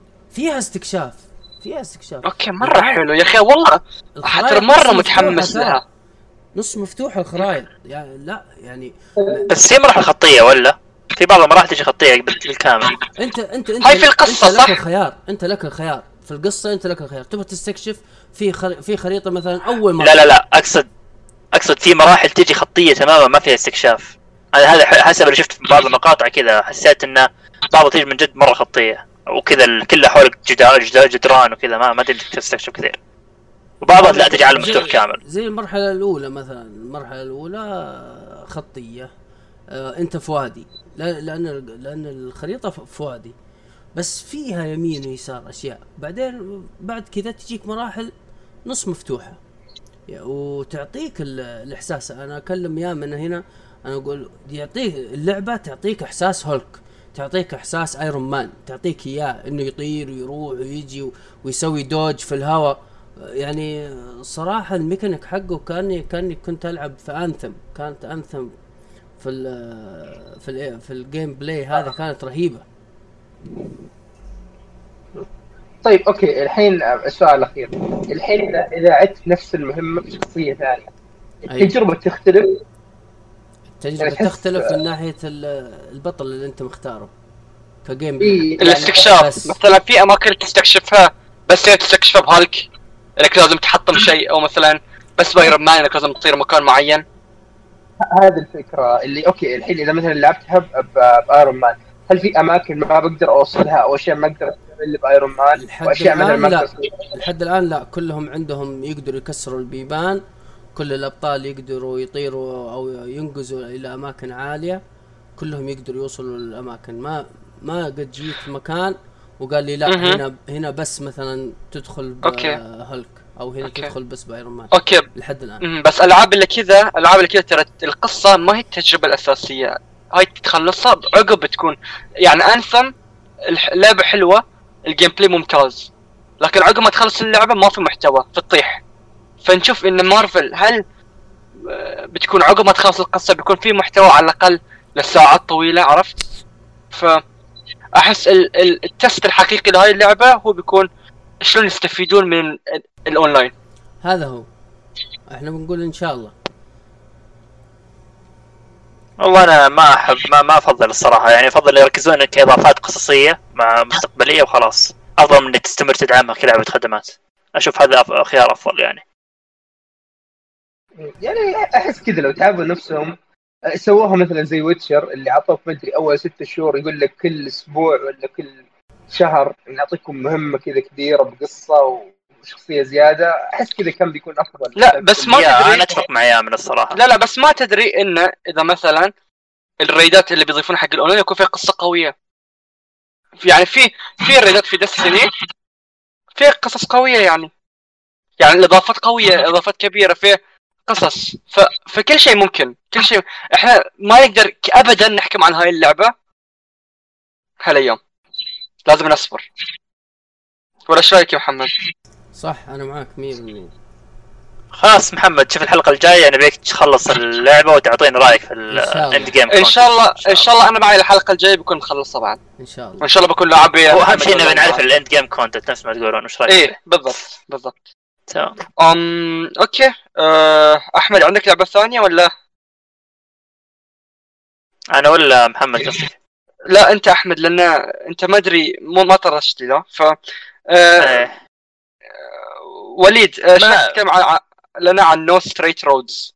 فيها استكشاف. اوكي مره حلو يا اخي والله، حتى مره متحمس لها. نص مفتوحه الخرائط يعني. لا يعني بس هي مراحل خطيه ولا في بعض المراحل تجي خطيه بالكامل؟ انت هاي في القصه انت صح؟ انت لك الخيار في القصه، انت لك الخيار تبغى تستكشف في خريطه مثلا اول مره. لا اقصد في مراحل تجي خطيه تماما ما فيها استكشاف. انا هذا حسب اللي شفت في بعض المقاطع كذا، حسيت انه بعضها تيجي من جد مره خطيه وكذا كلها حولك جدران وكذا، ما تقدر تستكشف كثير. وبعضها لا تجي عالم مفتوح كامل. زي المرحله الاولى مثلا، المرحله الاولى خطيه. انت في وادي، لان الخريطه في وادي بس فيها يمين ويسار اشياء. بعدين بعد كذا تجيك مراحل نص مفتوحه وتعطيك الاحساس. انا اكلم يا من هنا، انا اقول يعطيك اللعبه، تعطيك احساس هولك، تعطيك احساس ايرون مان، تعطيك اياه انه يطير ويروح ويجي ويسوي دوج في الهواء. يعني صراحه الميكانيك حقه كاني كنت العب في انثم. كانت انثم في الجيم بلاي هذا كانت رهيبه. طيب اوكي، الحين السؤال الاخير، الحين اذا عدت نفس المهمه بشخصيه ثانيه التجربه تختلف؟ التجربه تختلف من ناحيه البطل اللي انت مختاره كجيم بلاي. الاستكشاف مثلا في اماكن تستكشفها بس هي تستكشفها بهالك، انك لازم تحطم شيء، او مثلا بس بايرون مان انك لازم تطير مكان معين. هذه الفكره اللي اوكي الحين اذا مثلا لعبتها بايرون مان، هل في اماكن ما بقدر اوصلها او اشياء ما اقدر استغل بايرون مان واشياء مثلا ما اقدر؟ لحد الان لا، كلهم عندهم يقدروا يكسروا البيبان، كل الابطال يقدروا يطيروا او ينقزوا الى اماكن عاليه، كلهم يقدروا يوصلوا للاماكن. ما قد جيت مكان وقال لي لا هنا بس مثلا تدخل بهلك او هنا تدخل بس بايرون مان. اوكي لحد الان بس العاب اللي كذا ترى القصه ما هي التجربه الاساسيه، هاي تخلصها عقب بتكون يعني انثم. اللعبه حلوه، الجيم بلاي ممتاز، لكن عقب ما تخلص اللعبه ما في محتوى فتطيح. فنشوف ان مارفل هل بتكون عقب ما تخلص القصه بيكون في محتوى على الاقل لساعات طويله، عرفت؟ فاحس التست الحقيقي لهاي اللعبه هو بيكون شلون يستفيدون من الاونلاين. هذا هو احنا بنقول ان شاء الله. والله انا ما احب ما افضل الصراحه، يعني افضل يركزون كاضافات قصصيه مع مستقبليه وخلاص، افضل من انك تستمر تدعمها كلعبه خدمات. اشوف هذا خيار افضل يعني احس كذا لو تعبوا نفسهم سووها مثلا زي ويتشر اللي عطوك مدري اول 6 شهور يقول لك كل اسبوع ولا كل شهر نعطيكم مهمه كذا كبيره بقصه وشخصيه زياده، احس كذا كان بيكون افضل. لا بس ما تدري، انا اتفق مع من الصراحه. لا بس ما تدري انه اذا مثلا الريدات اللي بيضيفون حق الاونلاين يكون فيها قصه قويه. يعني في الريدات في دستني في قصص قويه، يعني الاضافات قويه، اضافات كبيره في قصص. فكل شيء ممكن، كل شيء. احنا ما نقدر ابدا نحكم عن هاي اللعبه هالايام، لازم نصبر. ولا ايش رايك يا محمد؟ صح انا معاك 100%. خلاص محمد، شوف الحلقه الجايه نبيك تخلص اللعبه وتعطينا رايك في الاند جيم. ان شاء الله انا معي الحلقه الجايه بكون مخلصها بعد ان شاء الله. وان شاء الله بكون لعبي. واهم شيء نبي نعرف الاند جيم كونتنت نفس ما تقولون. وش رايك؟ ايه بالضبط تمام. اوكي. احمد عندك لعبه ثانيه ولا انا ولا محمد قصدك؟ لا انت احمد، لان انت ما ادري ما طرشت لي ذا. ف وليد تتكلم لنا عن نو ستريت رودز.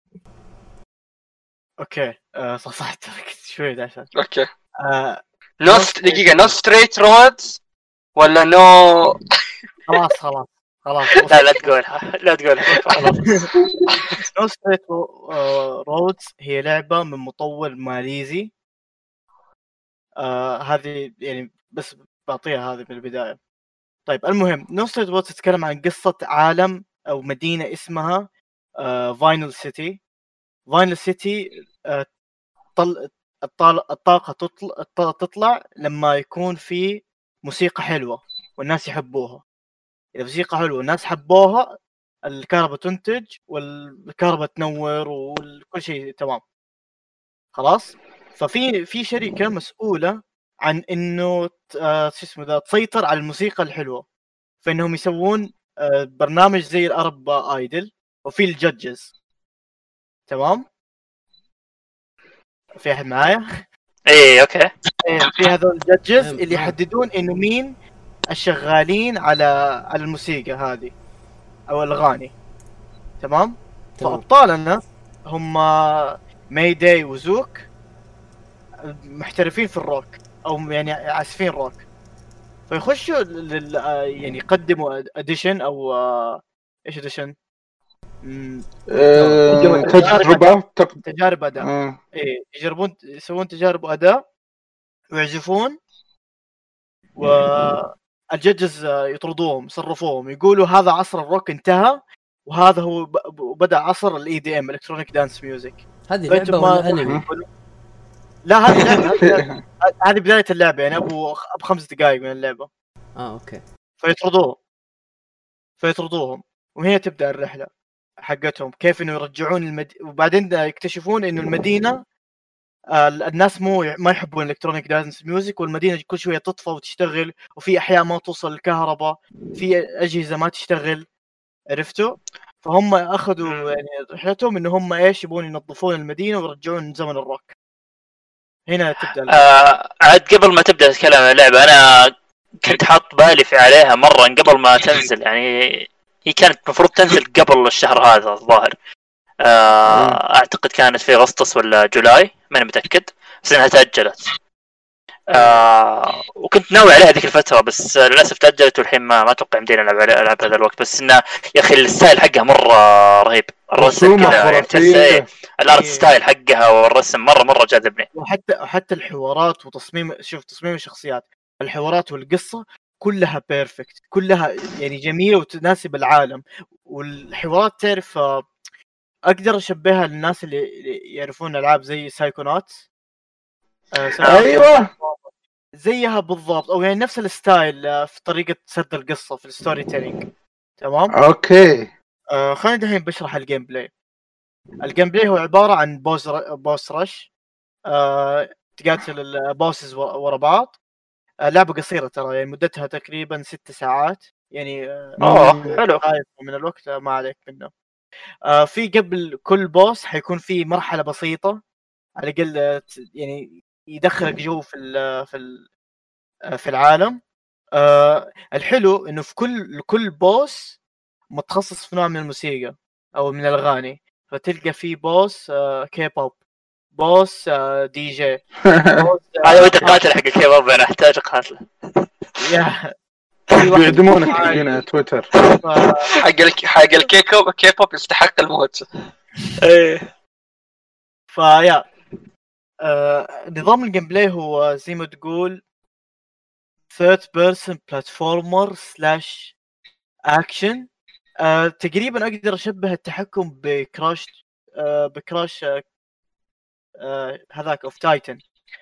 اوكي صحت شوي عشان اوكي دقيقه، نو ستريت رودز ولا نو؟ خلاص لا تقولها خلاص. نو ستريت رودز هي لعبه من مطور ماليزي. هذه يعني بس بعطيها هذه من البدايه. طيب المهم نوسترد وورد تتكلم عن قصة عالم أو مدينة اسمها فاينل سيتي. فاينل سيتي الطاقة تطلع لما يكون في موسيقى حلوة والناس يحبوها. إذا موسيقى حلوة والناس حبوها الكهرباء تنتج والكهرباء تنور وكل شيء تمام خلاص. ففي شركة مسؤولة عن إنه تسيطر على الموسيقى الحلوة، فإنهم يسوون برنامج زي الأرب آيدل وفي الجادجز. تمام في أحد معايا؟ ايه اوكي. في هذول الجادجز اللي يحددون إنه مين الشغالين على الموسيقى هذه أو الأغاني. تمام. فأبطالنا هم مايداي وزوك، محترفين في الروك أو يعني عازفين روك، فيخشوا يعني يقدموا اديشن او ايش اديشن تجارب اداء. ايه يسوون تجارب اداء ويعزفون، والجدجز يطردوهم يصرفوهم يقولوا هذا عصر الروك انتهى وهذا هو بدا عصر الاي دي ام الكترونيك دانس ميوزك. هذه لعبه ولا انمي؟ لا هذه لعبه. هذه بدايه اللعبه يعني ابو 5 دقائق من اللعبه. اوكي. فيطردوهم وهي تبدا الرحله حقتهم كيف انه يرجعون وبعدين يكتشفون انه المدينه الناس ما يحبون الكترونيك دانس ميوزك، والمدينه كل شويه تطفى وتشتغل، وفي احياء ما توصل الكهرباء، في اجهزه ما تشتغل. عرفتوا؟ فهم اخذوا يعني رحلتهم انه هم ايش يبون ينظفون المدينه ويرجعون زمن الروك. هنا تبدا عاد قبل ما تبدا تتكلم عن اللعبه انا كنت حاط بالي في عليها مره قبل ما تنزل، يعني هي كانت المفروض تنزل قبل الشهر هذا الظاهر. اعتقد كانت في اغسطس ولا جولاي ماني متاكد، بس انها تاجلت. وكنت ناوي عليها ذيك الفتره بس للاسف تاجلت، والحين ما اتوقع يمدينا العب هذا الوقت. بس انه يا اخي الستايل حقها مره رهيب، الرسم كذا يعني الارت ستايل حقها والرسم مره جاذبني. وحتى الحوارات وتصميم، شوف تصميم الشخصيات، الحوارات والقصه كلها بيرفكت، كلها يعني جميله وتناسب العالم. والحوارات تعرف اقدر اشبهها للناس اللي يعرفون العاب زي سايكونات. ايوه زيها بالضبط، او يعني نفس الستايل في طريقه سرد القصه في الستوري تيلينج. تمام اوكي. خلينا دحين بشرح الجيم بلاي. الجيم بلاي هو عباره عن بوس رش، تقاتل البوسز ورا بعض. لعبه قصيره ترى، يعني مدتها تقريبا 6 ساعات يعني. حلو من الوقت ما عليك منه. في قبل كل بوس حيكون في مرحله بسيطه على الاقل يعني يدخلك جو في العالم. الحلو انه في كل بوس متخصص في نوع من الموسيقى او من الاغاني. فتلقى في بوس كي بوب، بوس دي جي. هذا ودي قاتل حق الكي بوب، انا احتاج قاتل. بيعدمونك هنا تويتر. حق الكي بوب يستحق الموت. ايه. فيا نظام الجيم بلاي هو زي ما تقول third person platformer / action. تقريبا اقدر اشبه التحكم بكراش هذاك اوف تايتن.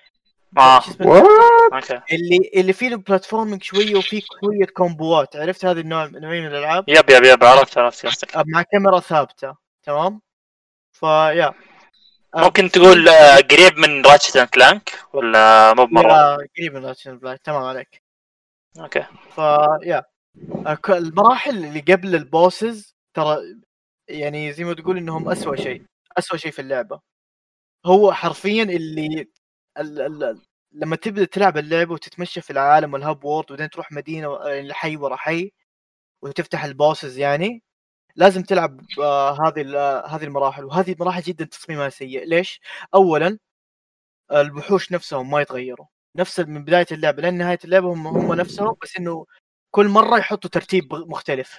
اللي فيه البلاتفورمينج شويه وفيه شويه كومبوات. عرفت هذه نوعين من الالعاب؟ يب عرفت قصدك. مع كاميرا ثابته. تمام. فيا ممكن تقول قريب من راتشت اند كلانك ولا مو بمره؟ قريب من راتشت اند كلانك. تمام عليك. اوكي. فيا المراحل اللي قبل البوسز ترى يعني زي ما تقول انهم اسوأ شيء في اللعبه. هو حرفيا اللي لما تبدا تلعب اللعبه وتتمشى في العالم والهاب وورد وبعدين تروح مدينه حي ورا حي وتفتح البوسز، يعني لازم تلعب هذه المراحل. وهذه المراحل جدا تصميمها سيء. ليش؟ اولا الوحوش نفسهم ما يتغيروا نفس من بدايه اللعبه لين نهايه اللعبه، هم نفسهم، بس انه كل مره يحطوا ترتيب مختلف.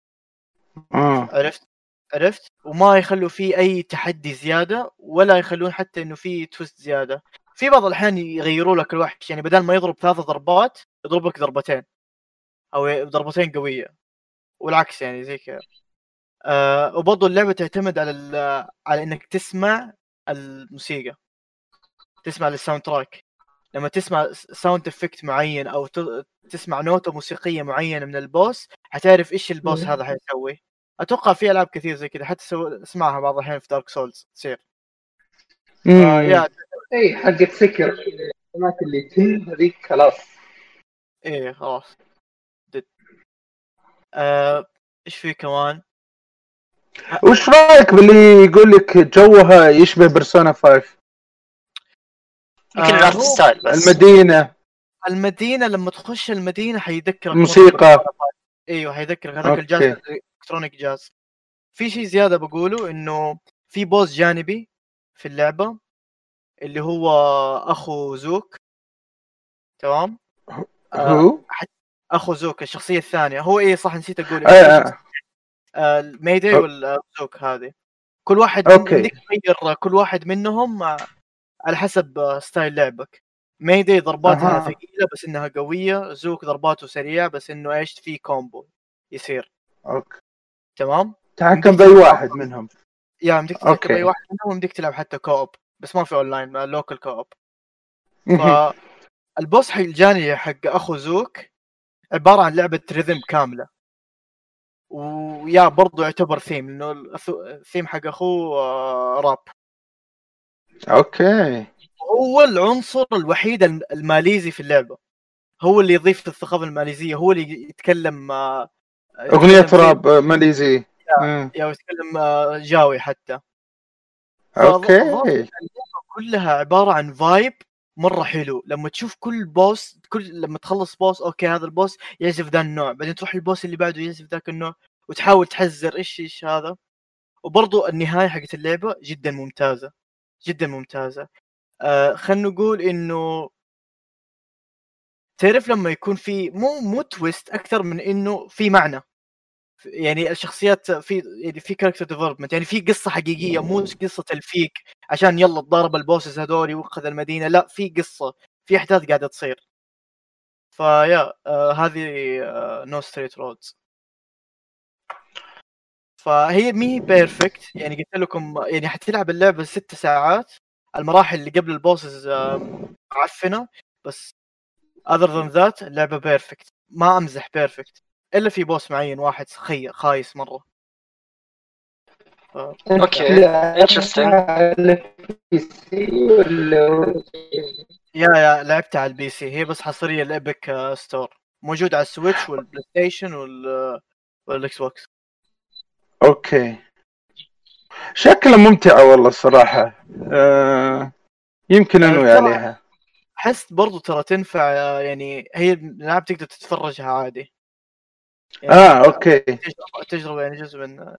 عرفت وما يخلوا فيه اي تحدي زياده، ولا يخلون حتى انه فيه تويست زياده. في بعض الاحيان يغيروا لك الوحش، يعني بدل ما يضرب 3 ضربات يضرب لك 2 ضربتين. او ضربتين قويه والعكس يعني زي كذا. وبرضه اللعبه تعتمد على انك تسمع الموسيقى، تسمع الساوند تراك. لما تسمع ساوند افكت معين او تسمع نوتة موسيقية معينة من البوس حتعرف ايش البوس هذا حيسوي. اتوقع في العاب كثير زي كذا حتى اسمعها بعض الاحيان في دارك سولز تصير. اي حقت سكر الاماكن اللي تين هذيك خلاص. ايه خلاص ايش في كمان؟ وش رايك باللي يقول لك جوها يشبه بيرسونا 5؟ يمكن الارت ستايل بس. المدينة لما تخش المدينة حيذكرك موسيقى. ايوه حيذكرك هذاك الجاز الالكترونيك جاز. في شيء زيادة بقوله انه في بوس جانبي في اللعبة اللي هو اخو زوك. تمام. هو اخو زوك الشخصية الثانية هو ايه صح نسيت اقول ميدي والزوك هذه كل واحد عندك تغير كل واحد منهم على حسب ستايل لعبك. ميدي ضرباتها ثقيلة بس انها قوية، زوك ضرباته سريع بس انه ايش في كومبو يصير. اوكي تمام. تحكم باي واحد منهم. يا بدك تحكم باي واحد منهم، بدك تلعب حتى كوب بس ما في اونلاين، لوكال كوب. فالبوس حق الجاني حق اخو زوك عبارة عن لعبة ريذم كاملة، ويا برضو يعتبر ثيم لانه الثيم حق اخوه راب. اوكي. هو العنصر الوحيد الماليزي في اللعبة، هو اللي يضيف الثقافة الماليزية، هو اللي يتكلم أغنية راب ماليزي يا يتكلم جاوي حتى. اوكي. اللعبة كلها عبارة عن فايب مرة حلو. لما تشوف كل بوس لما تخلص بوس اوكي هذا البوس يعزف ذا النوع، بعدين تروح البوس اللي بعده يعزف ذاك النوع وتحاول تحذر ايش هذا. وبرضو النهاية حقت اللعبة جدا ممتازة جدا ممتازة. خلنا نقول انه تعرف لما يكون في مو تويست اكثر من انه في معنى، يعني الشخصيات في كاركتر ديفلوبمنت، يعني في قصة حقيقية مو قصة تلفيق عشان يلا تضارب البوسز هذول وخذ المدينة، لا في قصة، في احداث قاعدة تصير. فيا هذه نو ستريت رودز. فهي مي بيرفكت، يعني قلت لكم يعني حتلعب اللعبة 6 ساعات، المراحل اللي قبل البوسز معفنة، بس other than that اللعبة بيرفكت، ما امزح بيرفكت، الا في بوس معين واحد خايس مرة. اوكي انترستينج. يا لعبت على البي سي، هي بس حصرية الابيك ستور، موجود على السويتش والبلاي ستيشن والاكس بوكس. اوكي شكله ممتعة والله الصراحة. يمكن انه عليها حس برضو ترى تنفع، يعني هي الالعاب تقدر تتفرجها عادي يعني اوكي تجربة يعني جزء من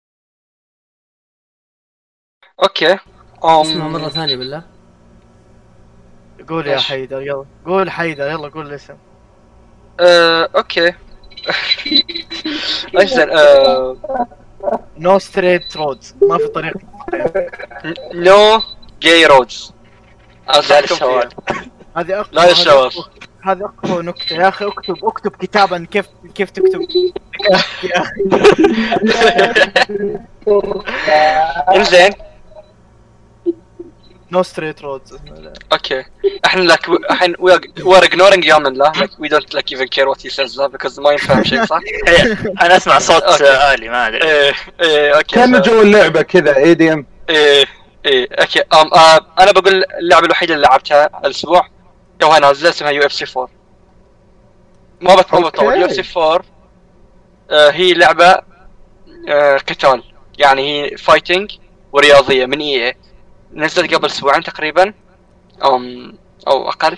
اوكي. اسمها مرة ثانية بالله. قول يا حيدر يلا، قول حيدر يلا قول الاسم. اوكي. اجل نو ستريت رودز، ما في طريق نو جاي رودز. هذه اقوى، لا الشواذ، هذه اقوى نكتة يا اخي. اكتب كتابا كيف تكتب يا اخي. انزين نو ستريت رودز. اوكي احنا الحين we're ignoring Yaman لا we don't like even care what he says لا because ما يفهم شيء صح. انا اسمع صوت آلي ما ادري. ايه اوكي كان جو اللعبة كذا ADM. ايه اوكي. انا بقول اللعبة الوحيدة اللي لعبتها الاسبوع توها نازلة اسمها UFC 4. ما بطول. UFC 4 هي لعبة قتال، يعني هي فايتنج ورياضية من EA، نزلت قبل اسبوعين تقريبا او اقل.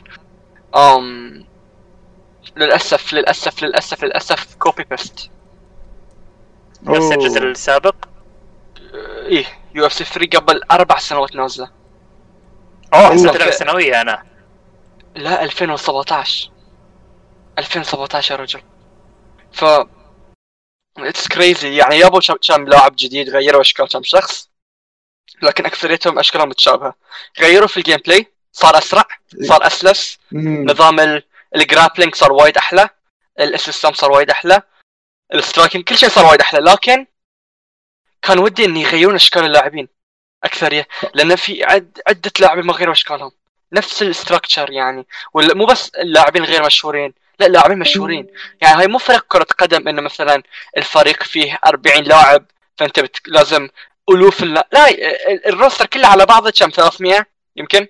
للاسف كوبي بيست نفس الجزء السابق. ايه UFC 3 قبل 4 سنوات نازله. حسيت لعبة سنوية انا. لا 2017 يا رجل. ف اتس كريزي، يعني يابو كم لاعب جديد غيروا اشكال كم شخص، لكن اكثريتهم اشكالهم متشابهه. غيروا في الجيم بلاي، صار اسرع، صار اسلس، نظام الجرابلينج صار وايد احلى، السيستم صار وايد احلى، السترايكنج كل شيء صار وايد احلى، لكن كان ودي ان يغيرون اشكال اللاعبين اكثر، لان في عده لاعبين ما غيروا اشكالهم نفس الاستراكشر يعني، ولا مو بس اللاعبين غير مشهورين، لا لاعبين مشهورين. يعني هاي مو فرق كرة قدم انه مثلا الفريق فيه 40 لاعب فانت لازم الوف لا الروستر كله على بعضه كم 300 يمكن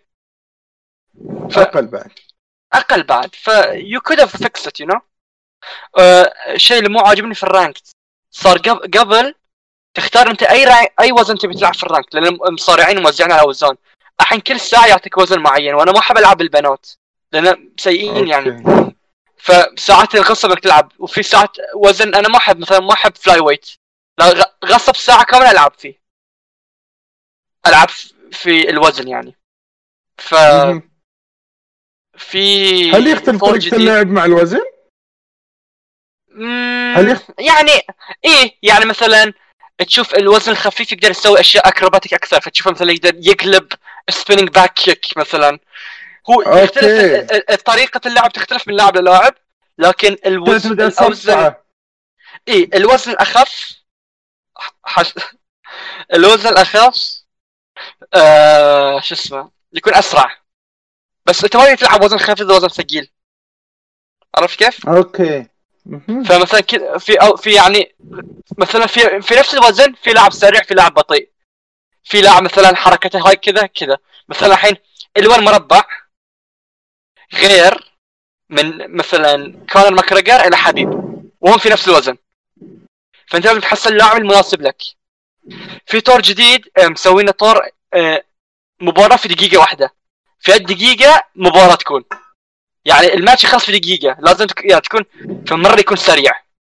اقل بعد ف you could have fixed it you know. الشيء اللي مو عاجبني في الرانك صار قبل تختار انت اي وزن تبي تلعب في الرانك، لان المصارعين موزعين على اوزان. الحين كل ساعه يعطيك وزن معين، وانا ما احب العب البنات لان سيئين يعني، فساعات الغصب انك تلعب، وفي ساعات وزن انا ما احب، مثلا ما احب فلاي ويت، لا غصب ساعه كامله العب فيه، العب في الوزن يعني. ف في هل يختلف طريقه اللعب مع الوزن؟ يعني ايه، يعني مثلا تشوف الوزن الخفيف يقدر يسوي اشياء اكروباتيك اكثر، فتشوفه مثلا يقدر يقلب سبيننج باك كيك مثلا. هو يختلف طريقه اللعب تختلف من لاعب للاعب، لكن الوزن الاوزن ايه الوزن الاخف الوزن الاخف شو اسمه يكون اسرع، بس انت ما تلعب وزن خفيف وزن ثقيل، عرفت كيف؟ اوكي. فمثلا في يعني مثلا في نفس الوزن في لاعب سريع، في لاعب بطيء، في لاعب مثلا حركته هاي كذا مثلا الحين الوان مربع غير من مثلا كونر ماكريغر الى حبيب وهم في نفس الوزن، فانت لازم تحصل اللاعب المناسب لك. في طور جديد مسوينا طور مباراة في دقيقة واحدة، في الدقيقة مباراة تكون يعني الماتش يخلص في دقيقة، لازم يعني تكون في مرة يكون سريع،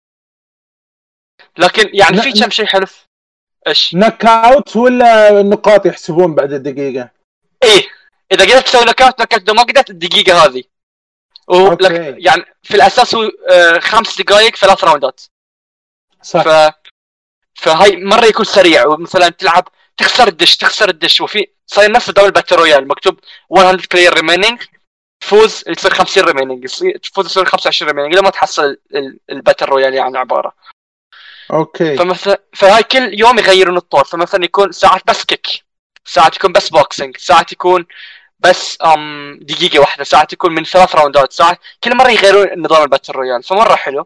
لكن يعني في كم شيء حلو. ايش نك اوت ولا النقاط يحسبون بعد الدقيقة؟ ايه اذا قدرت تسوي نك اوت ما قدرت الدقيقة هذه يعني في الاساس هو 5 دقائق 3 راوندات صح. فهاي مرة يكون سريع، ومثلا تلعب تخسر الدش وفي صاير نفس دوري الباتل رويال مكتوب 100 بلاير ريمينينج، تفوز يصير 50 ريمينينج، تفوز يصير 25 ريمينينج لما تحصل الباتل رويال يعني عبارة. اوكي. فمثلا فهاي كل يوم يغيرون الطور، فمثلا يكون ساعات بس كيك، ساعات يكون بس بوكسينج، ساعات يكون بس دقيقة واحدة، ساعات يكون من 3 راوندات، ساعات كل مرة يغيرون نظام الباتل رويال، فمرة حلو.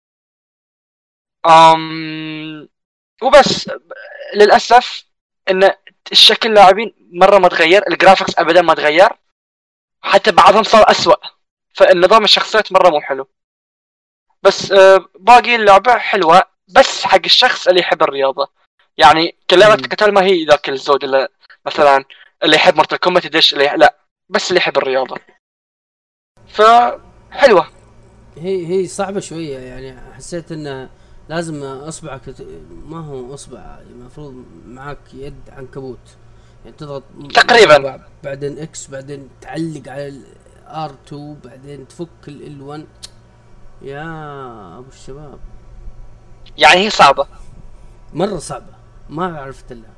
وبس للأسف ان الشكل اللاعبين مرة ما تغير، الجرافيكس ابدا ما تغير، حتى بعضهم صار أسوأ، فالنظام الشخصيات مرة مو حلو. بس باقي اللعبة حلوة بس حق الشخص اللي يحب الرياضة، يعني كلمات القتال ما هي ذاك الزود اللي مثلا اللي يحب مورتال كومبات يدش اللي لا، بس اللي يحب الرياضة فحلوة. هي صعبة شوية يعني، حسيت انه لازم اصبعك ما هو اصبع، المفروض معك يد عنكبوت يعني تضغط تقريبا بعدين اكس بعدين تعلق على R2 بعدين تفك ال1 يا ابو الشباب. يعني هي صعبة مرة صعبة ما عرفت لها.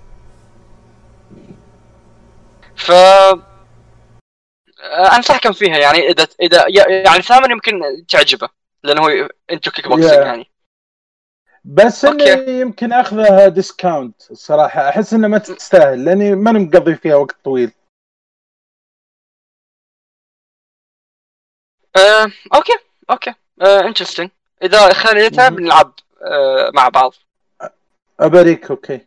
انصحكم فيها يعني اذا يعني ثامن يمكن تعجبه لانه انتو كيك بوكسينج يعني، بس اني يمكن اخذها ديسكاونت الصراحه، احس انها ما تستاهل لاني ما مقضي فيها وقت طويل. اوكي انترستينج، اذا خليتها بنلعب مع بعض. اباريك. اوكي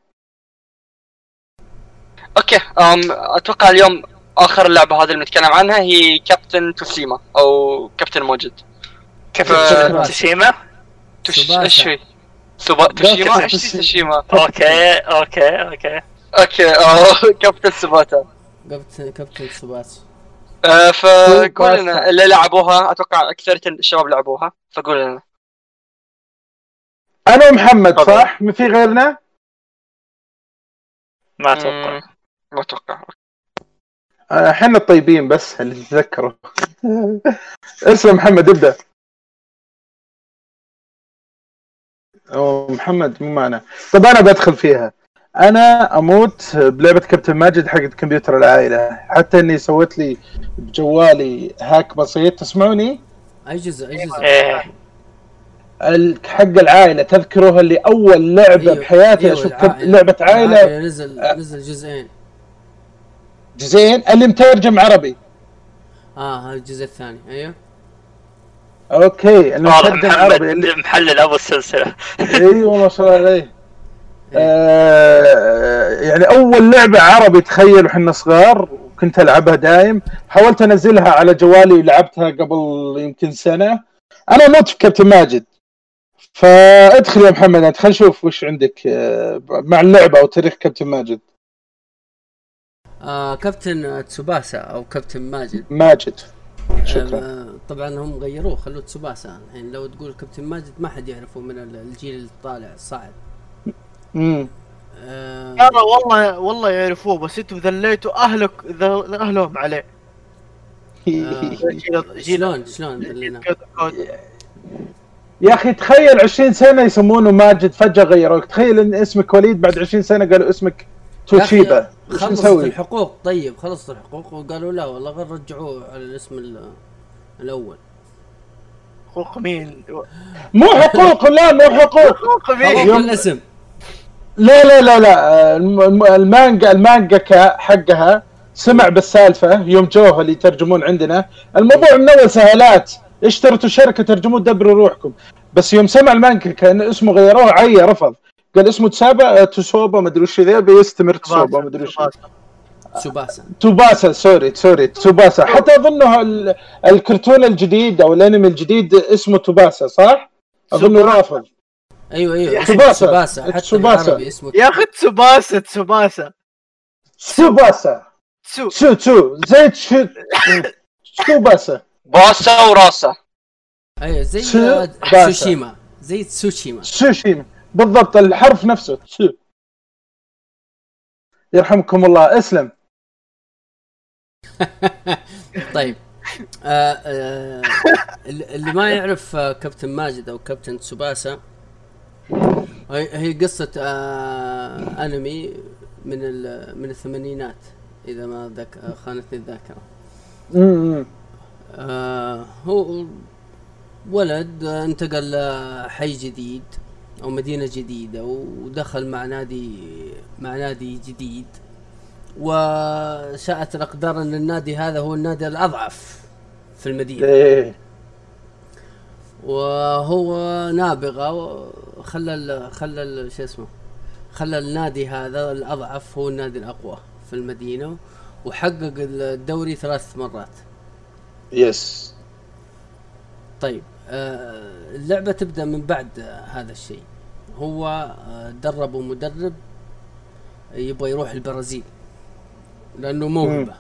اتوقع اليوم اخر اللعبه هذه اللي نتكلم عنها هي كابتن توسيما او كابتن موجد. كابتن توسيما ايش هي توشيما؟ ايش توشيما؟ اوكي كابتن سوباتا. كابتن سوباتا. فقول لنا اللي لعبوها، اتوقع اكثر الشباب لعبوها، فقول لنا. انا ومحمد صح؟ ما في غيرنا؟ ما اتوقع احنا الطيبين بس اللي تتذكروا. اسمه محمد ابدا. محمد مو معنا. طب انا بدخل فيها. انا اموت بلعبه كابتن ماجد حق كمبيوتر العائله، حتى اني سويت لي بجوالي هاك بسيط. تسمعوني؟ اي جزء حق العائله تذكروها اللي اول لعبه بحياتي اشوف لعبه عائله نزل جزئين اللي مترجم عربي. هذا الجزء الثاني. ايوه اوكي انا مترجم عربي اللي محلل ابو السلسله. ايوه ما شاء الله عليه. يعني اول لعبه عربي تخيل وحنا صغار وكنت العبها دايم. حاولت انزلها على جوالي ولعبتها قبل يمكن سنه. انا موت في كابتن ماجد، فادخل يا محمد خلينا نشوف وش عندك مع اللعبه او تاريخ كابتن ماجد. كابتن تسوباسا او كابتن ماجد شكرا. طبعا هم غيروه خلوه تسوباسا الحين. لو تقول كابتن ماجد ما حد يعرفه من الجيل اللي طالع الصاعد. والله يعرفوه، بس انتم ذليتوا اهلهم عليه. شلون ذلينا يا اخي؟ تخيل 20 سنه يسمونه ماجد، فجاه غيروك. تخيل ان اسمك وليد بعد 20 سنه قالوا اسمك توشيبا. خلصت الحقوق. طيب خلصت الحقوق وقالوا لا والله غير رجعوه على الاسم الاول. حقوق مين؟ مو حقوق. لا مو حقوق يوم الاسم. لا المانجا حقها سمع بالسالفه يوم جوها اللي يترجمون عندنا الموضوع من اول سهلات، اشترتوا شركه ترجموا دبروا روحكم. بس يوم سمع المانجا كان اسمه غيروه رفض، قال اسمه تسوبا ما ادري وش ذا بيستمر تسوبا ما ادري وش توباسا سوري توباسا. حتى اظنه الكرتون الجديد او الانمي الجديد اسمه توباسا صح؟ اظنه رافض. ايوه توباسا حتى بالعربي اسمه يا اخي توباسا زي توباسا باسا وراسا. ايوه زي تسوشيما بالضبط الحرف نفسه. يرحمكم الله. اسلم. طيب اللي ما يعرف كابتن ماجد او كابتن تسوباسا هي قصة انمي من الثمانينات اذا ما خانتني الذاكرة. هو ولد انتقل لحي جديد او مدينة جديدة ودخل مع نادي جديد، وشاءت الاقدار ان النادي هذا هو النادي الاضعف في المدينة. وهو نابغة خلى شو اسمه، خلى النادي هذا الاضعف هو النادي الاقوى في المدينة، وحقق الدوري 3 مرات. يس. طيب اللعبة تبدأ من بعد هذا الشيء. هو دربوا مدرب يبغى يروح البرازيل لأنه موهبة،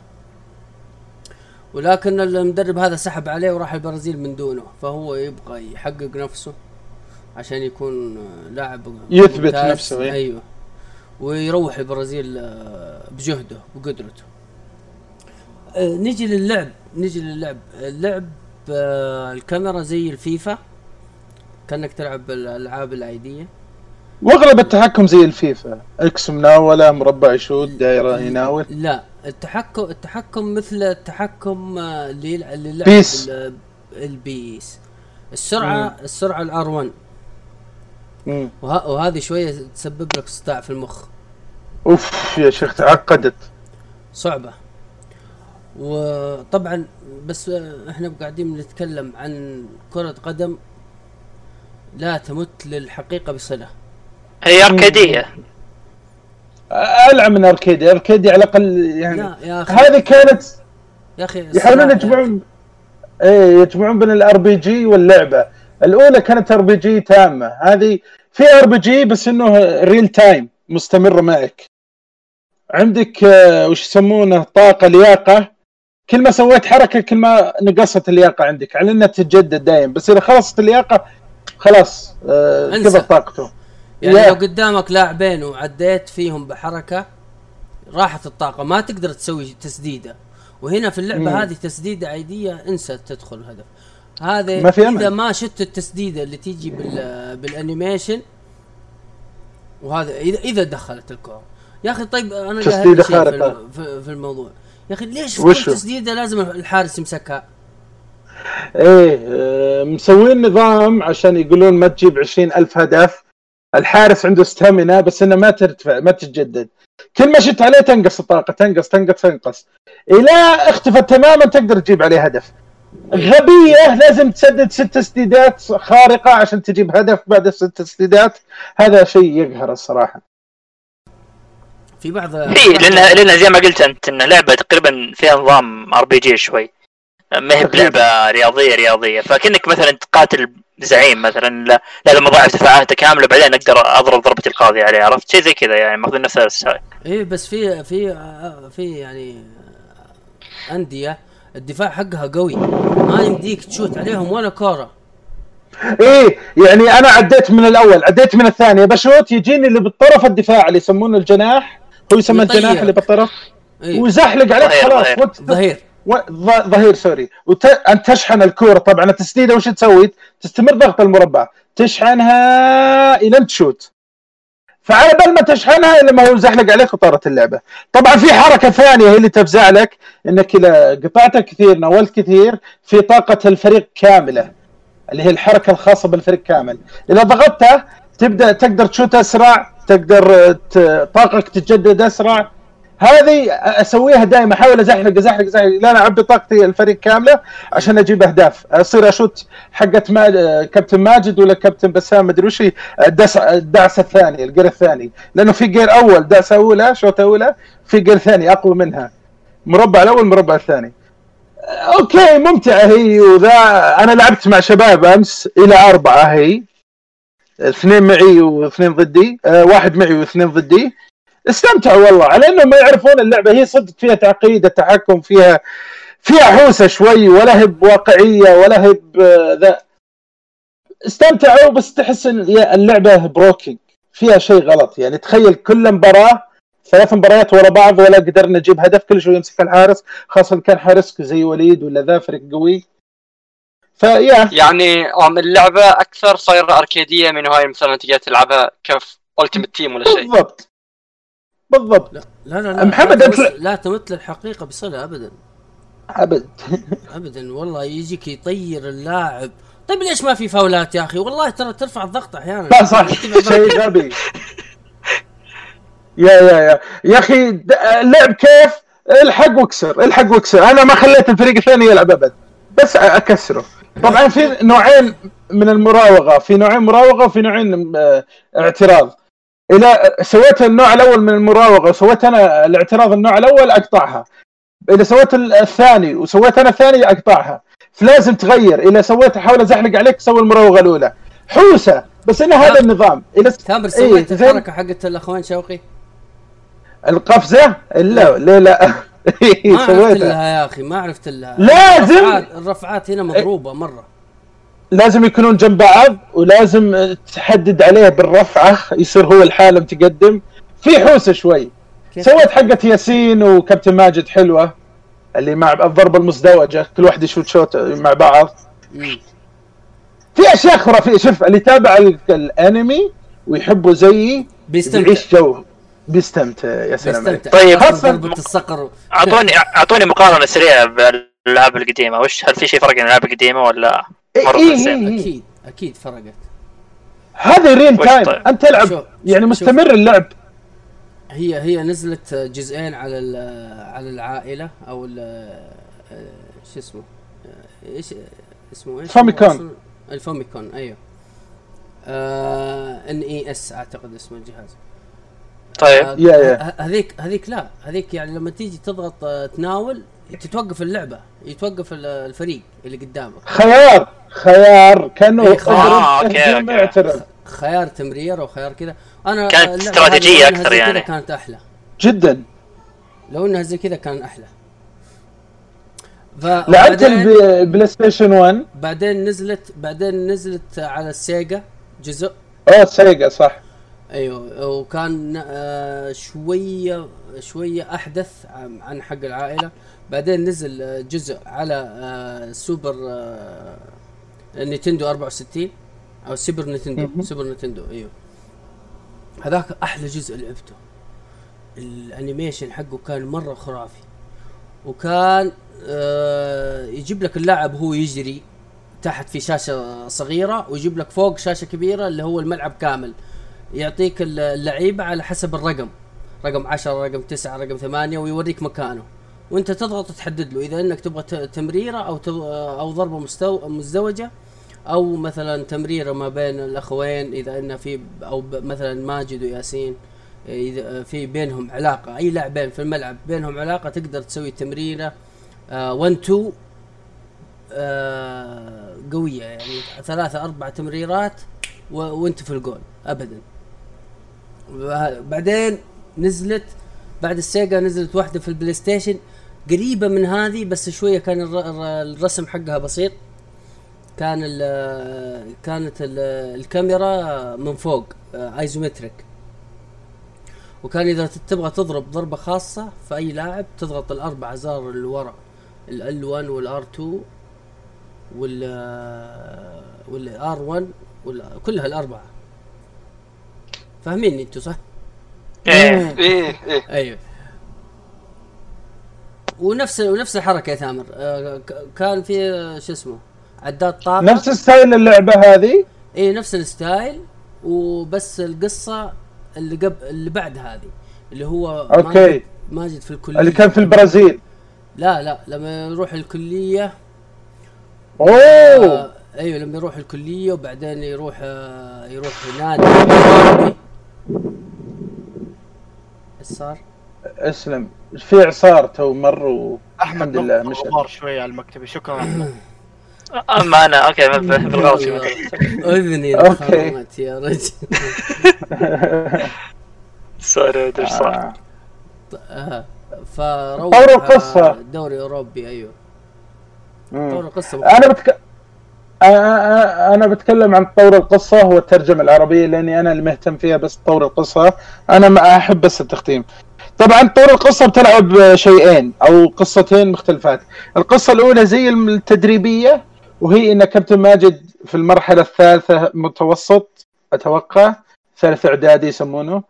ولكن المدرب هذا سحب عليه وراح البرازيل من دونه، فهو يبغى يحقق نفسه عشان يكون لاعب يثبت نفسه. أيوه، ويروح البرازيل بجهده وقدرته. نجي للعب. اللعب الكاميرا زي الفيفا، كأنك تلعب الألعاب العادية، واغلب التحكم زي الفيفا، اكس مناولة، مربع يشوت، دائرة يناول. لا التحكم مثل التحكم اللي لعب البيس. السرعة الR1. وهذه شوية تسبب لك صداع في المخ. اوف يا شيخ تعقدت صعبة. وطبعا بس احنا قاعدين نتكلم عن كرة قدم لا تمت للحقيقة بصلة. هي أركيدية. ألعب من أركيدي على الأقل يعني. هذه كانت يا أخي يحاولون يجمعون بين الRPG واللعبة. الأولى كانت RPG تامة، هذه في RPG بس إنه ريل تايم مستمر معك. عندك وش يسمونه طاقة لياقة، كل ما سويت حركة كل ما نقصت اللياقة عندك، على إنها تتجدد دايم، بس إذا خلصت اللياقة خلاص كذا طاقته. يعني لو قدامك لاعبين وعديت فيهم بحركة راحت الطاقة، ما تقدر تسوي تسديدة. وهنا في اللعبة هذه تسديدة عادية، انسى تدخل الهدف هذا إذا ما شت التسديدة اللي تيجي بالانيميشن، وهذا إذا دخلت الكرة. يا أخي طيب أنا تسديدة خارقة في الموضوع. يا أخي ليش كل تسديدة لازم الحارس يمسكها؟ ايه مسوين نظام عشان يقولون ما تجيب 20,000 هدف، الحارس عنده ستامينا بس انه ما ترتفع ما تتجدد، كل ما شت عليه تنقص الطاقه، تنقص الى اختفت تماما تقدر تجيب عليه هدف. غبيه، لازم تسدد 6 تسديدات خارقه عشان تجيب هدف بعد 6 تسديدات، هذا شيء يقهر الصراحه. في لان زي ما قلت انت ان لعبه تقريبا فيها نظام ار بي جي شوي، ما هي بلعبه رياضيه، فكأنك مثلا تقاتل زعيم مثلا لازم اضاعف دفاعاته كامله بعدين اقدر اضرب ضربه القاضي عليه، عرفت شيء زي كذا يعني، ماخذين نفس الساي. ايه بس في يعني انديه الدفاع حقها قوي، ما يمديك تشوت عليهم ولا كوره. ايه يعني انا عديت من الاول، عديت من الثانيه بشوت يجيني اللي بالطرف الدفاع اللي يسمونه الجناح، هو يسمى الجناح اللي بالطرف، إيه؟ وزحلق عليك خلاص. ظهير سوري. انت تشحن الكوره طبعا التسديده وش تسوي؟ تستمر ضغط المربع تشحنها الى انت تشوت، فعلى بال ما تشحنها الا ما هو زحلق عليك وطارت اللعبه. طبعا في حركه ثانيه هي اللي تفزع لك، انك اذا قطعتها كثير ناولت كثير في طاقه الفريق كامله، اللي هي الحركه الخاصه بالفريق كامل، اذا ضغطتها تقدر تشوت اسرع، تقدر طاقتك تتجدد اسرع. هذه اسويها دائما، احاول ازحلق لين اعبي طاقتي الفريق كامله عشان اجيب اهداف، اصير اشوت حقت كابتن ماجد ولا كابتن بسام مدري وش، الدعسه الثانيه، الجير الثاني، لانه في جير اول دعسه اولى شوط اولى، في جير ثاني اقوى منها، مربع الاول مربع الثاني. اوكي ممتعه هي، وذا انا لعبت مع شباب امس الى 4، هي 2 معي و2 ضدي، 1 معي و2 ضدي، استمتعوا والله، على انهم ما يعرفون اللعبه هي صدق فيها تعقيد، التحكم فيها حوسه شوي، ولا هي بواقعيه ولا هي ذا، استمتعوا بس تحس ان اللعبه بروكينج فيها شيء غلط. يعني تخيل كل مباراه 3 مباريات ورا بعض ولا قدرنا نجيب هدف، كل شوي يمسك الحارس، خاصه كان حارسك زي وليد ولا ذا فريق قوي. يعني اللعبه اكثر صايره اركيديه من هاي مثلا تقدر تلعبها كف التيمت تيم ولا شيء. بالضبط. لا محمد لا تمثل الحقيقه بصله ابدا والله، يجيك يطير اللاعب. طيب ليش ما في فاولات يا اخي؟ والله ترى ترفع الضغط احيانا. لا صح شيء غبي. يا اخي اللعب كيف؟ الحق واكسر، انا ما خليت الفريق الثاني يلعب ابد، بس اكسره. طبعا في نوعين من المراوغه، في نوعين مراوغه وفي نوعين اعتراض. اذا سويت النوع الاول من المراوغه وسويت انا الاعتراض النوع الاول اقطعها، اذا سويت الثاني وسويت انا الثاني اقطعها، فلازم تغير. اذا سويت احاول ازحلق عليك سوي المراوغه الاولى، حوسه بس ان هذا النظام. اذا تامر سويت الحركه حقت الاخوان شوقي القفزه؟ لا ما عرفت لها يا اخي، ما عرفت لها. لازم الرفعات هنا مضروبه مره، لازم يكونون جنب بعض، ولازم تحدد عليه بالرفعه يصير هو الحالة متقدم، في حوسه شوي. سويت حقة ياسين وكابتن ماجد حلوه، اللي مع الضربه المزدوجه كل واحد يشوت شوت مع بعض. في اشياء خرافيه. شوف اللي يتابع الانمي ويحبه زيي يعيش جو، بيستمتع يا سلام. طيب ضربة الصقر. اعطوني مقارنه سريعه بالالعاب القديمه، وش هل في شيء فرق بين الالعاب القديمه ولا اكيد فرقت. هذا ريل تايم، انت تلعب يعني مستمر اللعب. هي نزلت جزئين على العائله او شو اسمه، ايش الفاميكون ايوه، NES اعتقد اسمه الجهاز. طيب هذيك لا، هذيك يعني لما تيجي تضغط تناول تتوقف اللعبه، يتوقف الفريق اللي قدامك. خيار كانه خيار تمرير او خيار كذا. انا كانت استراتيجيه اكثر يعني، كانت احلى جدا. لو انها زي كذا كان احلى. لعبت البلاي ستيشن 1، بعدين نزلت على السيجا جزء. سيجا صح ايوه، وكان شويه احدث عن حق العائله. بعدين نزل جزء على سوبر نينتندو 64 او سوبر نينتندو ايوه، هذاك احلى جزء لعبته. الانيميشن حقه كان مره خرافي، وكان يجيب لك اللاعب هو يجري تحت في شاشة صغيرة، ويجيب لك فوق شاشة كبيرة اللي هو الملعب كامل، يعطيك اللعيبة على حسب الرقم، رقم 10 رقم 9 رقم 8، ويوريك مكانه، وانت تضغط تحدد له اذا انك تبغى تمريرة او ضربة مزدوجة، او مثلا تمريرة ما بين الاخوين اذا ان في، او مثلا ماجد وياسين اذا في بينهم علاقة، اي لاعبين في الملعب بينهم علاقة تقدر تسوي تمريرة 1 2 قوية، يعني 3 4 تمريرات وانت في الجول ابدا. بعدين نزلت بعد السيجا نزلت واحدة في البلاي ستيشن قريبة من هذه، بس شوية كان الرسم حقها بسيط، كانت الكاميرا من فوق ايزومتريك، وكان اذا تبغى تضرب ضربة خاصة في اي لاعب تضغط الاربع زر اللي ورا، ال1 والR2 والR1 كلها الاربعة. فاهميني انتوا صح؟ ايه ايوه. ونفس الحركة يا ثامر، كان في شو اسمه عداد طاقة، نفس ستايل اللعبة هذه. ايه نفس الستايل، وبس القصة اللي بعد هذه اللي هو اوكي ماجد في الكلية اللي كان في البرازيل. لا لما يروح الكلية. اوه ايوه لما يروح الكلية وبعدين يروح نادي. ايش صار؟ اسلم في اعصار تو مر الحمد لله مش شوي على المكتب. شكرا احمد. اما انا اوكي بالغلط اذني انخرمت يا رجل. سوري ايش صار. فروح طور القصة دوري اوروبي. ايوه طور القصة. انا بتكلم عن طور القصة والترجمة العربية لاني انا اللي مهتم فيها، بس طور القصة انا ما احب بس التختيم. طبعا طور القصة بتلعب شيئين او قصتين مختلفات. القصة الاولى زي التدريبية، وهي ان كابتن ماجد في المرحلة الثالثة متوسط اتوقع، ثالث اعدادي يسمونه،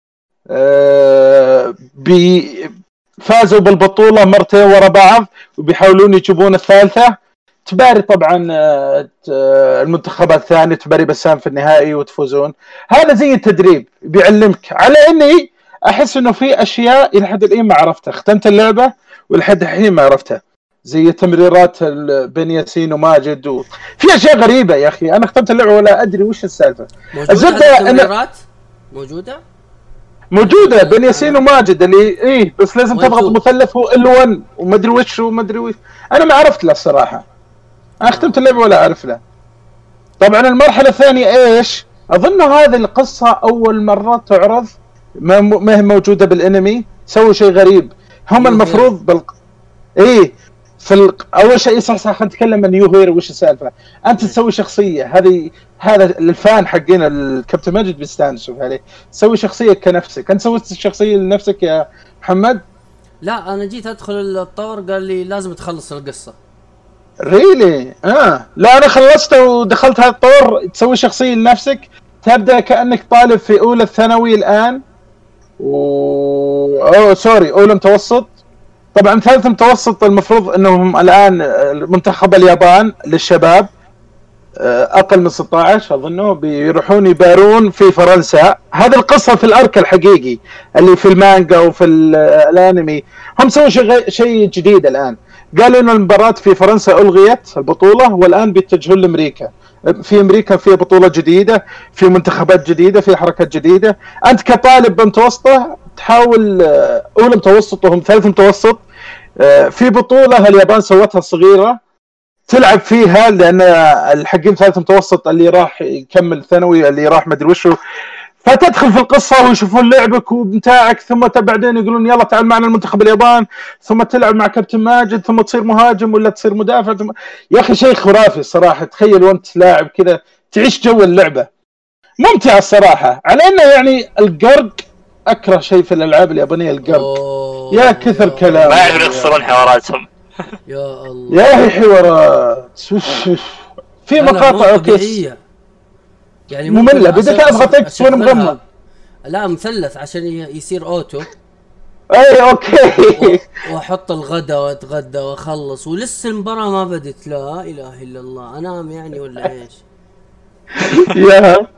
فازوا بالبطولة مرتين ورا بعض وبيحاولون يجيبون الثالثة. تباري طبعا المنتخبات الثانية، تباري بسام في النهائي وتفوزون. هذا زي التدريب بيعلمك، على اني احس انه في اشياء الى حد الان ما عرفتها. ختمت اللعبة ولحد الحين ما عرفتها، زي تمريرات بين ياسين وماجد في اشياء غريبة يا اخي. انا ختمت اللعبة ولا ادري وش السالفة. التمريرات موجودة بين ياسين وماجد اللي بس لازم تضغط مثلث هو L1 وما ادري وش انا ما عرفت له الصراحة. انا ختمت اللعبة ولا اعرف له. طبعا المرحلة الثانية ايش؟ اظن هذه القصة اول مرة تعرض، ما هي موجودة بالانمي. سووا شيء غريب، هم المفروض اول شيء صح خلينا نتكلم عن نيو هيرو. وش السالفة؟ انت تسوي شخصية، هذا الفان حقين الكابتن ماجد بيستانسوا عليه. تسوي شخصية كنفسك. انت سويت الشخصية لنفسك يا محمد؟ لا انا جيت ادخل الطور قال لي لازم تخلص القصة. ريلي؟ لا انا خلصته ودخلت هذا الطور. تسوي شخصية لنفسك، تبدأ كأنك طالب في اولى الثانوي الان اولى متوسط. طبعا ثالث متوسط المفروض انهم الان منتخب اليابان للشباب اقل من 16 اظنه بيروحون يبارون في فرنسا. هذا القصة في الارك الحقيقي اللي في المانجا وفي الانمي. هم سووا شيء جديد الان، قالوا ان المباراة في فرنسا الغيت البطولة، والان بيتجهون لامريكا. في امريكا في بطولة جديدة، في منتخبات جديدة، في حركات جديدة. انت كطالب متوسطة تحاول اولى متوسط وهم ثالث متوسط، في بطولة اليابان سوتها صغيرة تلعب فيها، لان الحقين ثالث متوسط اللي راح يكمل ثانوي اللي راح ما ادري وشو، فتدخل في القصة ويشوفون لعبك وبتاعك، ثم بعدين يقولون يلا تعال معنا المنتخب اليابان، ثم تلعب مع كابتن ماجد، ثم تصير مهاجم ولا تصير مدافع. يا اخي شيء خرافي الصراحة. تخيل وانت لاعب كذا تعيش جو اللعبة، ممتع الصراحة. على انه يعني القرق اكره شيء في الالعاب اليابانية، القرق. يا كثر كلام، ما يعرفون يخسرون حواراتهم. يا الله يا اخي حوارات في مقاطع اوكي يعني مملة. بدك ابغى تكس وانا مغمض. لا مثلث عشان يصير اوتو، اي اوكي واحط الغداء واتغدى واخلص ولسه المباراة ما بدت. لا اله الا الله، انام يعني ولا ايش؟ يا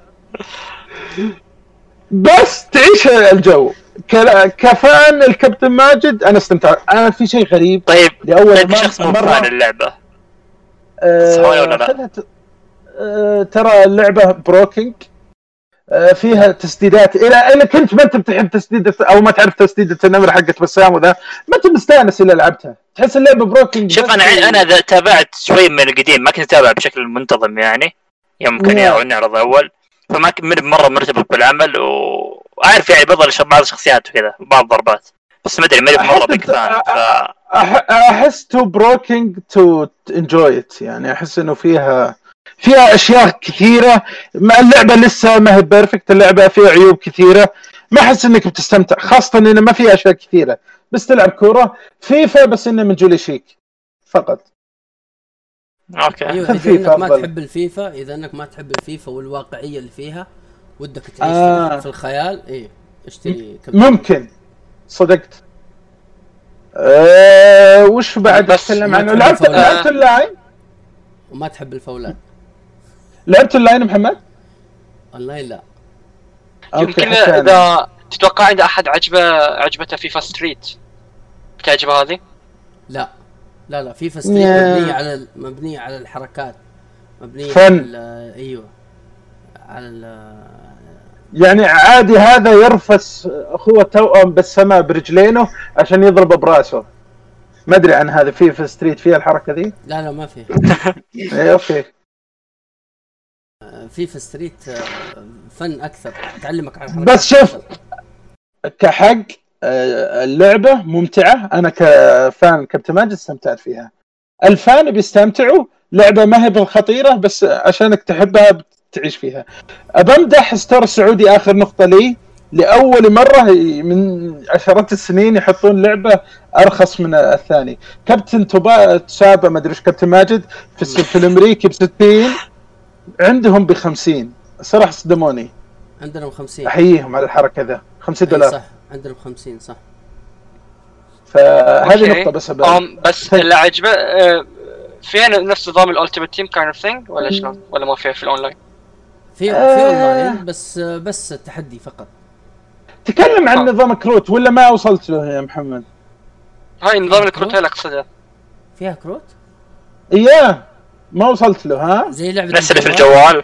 بس تعيش الجو. كفان الكابتن ماجد انا استمتعت. انا في شيء غريب. طيب لاول شخص مو فان اللعبه ولا لا؟ ترى اللعبه بروكينج، فيها تسديدات الى كنت ما انت بتحب تسديده او ما تعرف تسديده النمر حقت بسام وذا، ما انت مستانس الا لعبتها. تحس اللعبه بروكينج. شوف انا تابعت شوي من القديم، ما كنت اتابع بشكل منتظم يعني يوم كان نعرض اول، فما كنت مره مرتبط بالعمل وعارف يعني بعض الشخصيات وكذا بعض الضربات، بس ما ادري مره بيك فان. احس تو بروكينج تو انجوي ات، يعني احس انه فيها اشياء كثيره. ما اللعبه لسه ما هي بيرفكت، اللعبه فيها عيوب كثيره، ما احس انك بتستمتع، خاصه انه ما فيها اشياء كثيره، بس تلعب كوره فيفا بس انه من جولي شيك فقط. اوكي ايوه اذا انك ما تحب الفيفا، اذا انك ما تحب الفيفا والواقعيه اللي فيها ودك تعيش في الخيال، ايه اشتري ممكن صدقت. وش بعد اتكلم عنه؟ لعبت اللاين وما تحب الفولات. لعبت اللاين محمد؟ اونلاين لا. يمكن اذا تتوقع اذا احد عجبته فيفا ستريت بتعجبه هذه؟ لا فيفا ستريت مبنيه على الحركات، مبنيه على ايوه على يعني عادي هذا يرفس اخوه توأم بالسماء برجلينه عشان يضرب براسه. ما ادري عن هذا. فيفا ستريت فيها الحركه ذي؟ لا ما فيها. اوكي. فيفا ستريت فن اكثر، تعلمك على بس شوف كحق اللعبه ممتعه. انا كفان كابتن ماجد استمتعت فيها. الفان بيستمتعوا. لعبه ما هي بالخطيره بس عشانك تحبها بتعيش فيها. أبمدح ستور السعودي. آخر نقطة لي، لأول مرة من عشرات السنين يحطون لعبة أرخص من الثاني. كابتن تسابة ما أدري إيش كابتن ماجد في الأمريكي ب60 عندهم ب50. صراحة صدموني. عندنا ب50. أحييهم على الحركة ذا. $50 صح عندنا ب50 صح. فهذه نقطة بس بس اللي عجبه فيها نفس نظام الألتيميت تيم كاين اوف ثينج ولا شلون؟ ولا ما فيها في الأونلاين؟ في اونلاين بس التحدي فقط. تكلم عن نظام كروت ولا ما وصلت له يا محمد؟ هاي نظام الكروت اللي اقصده. فيها كروت؟ اياه ما وصلت له. ها زي لعبه نفس اللي في الجوال.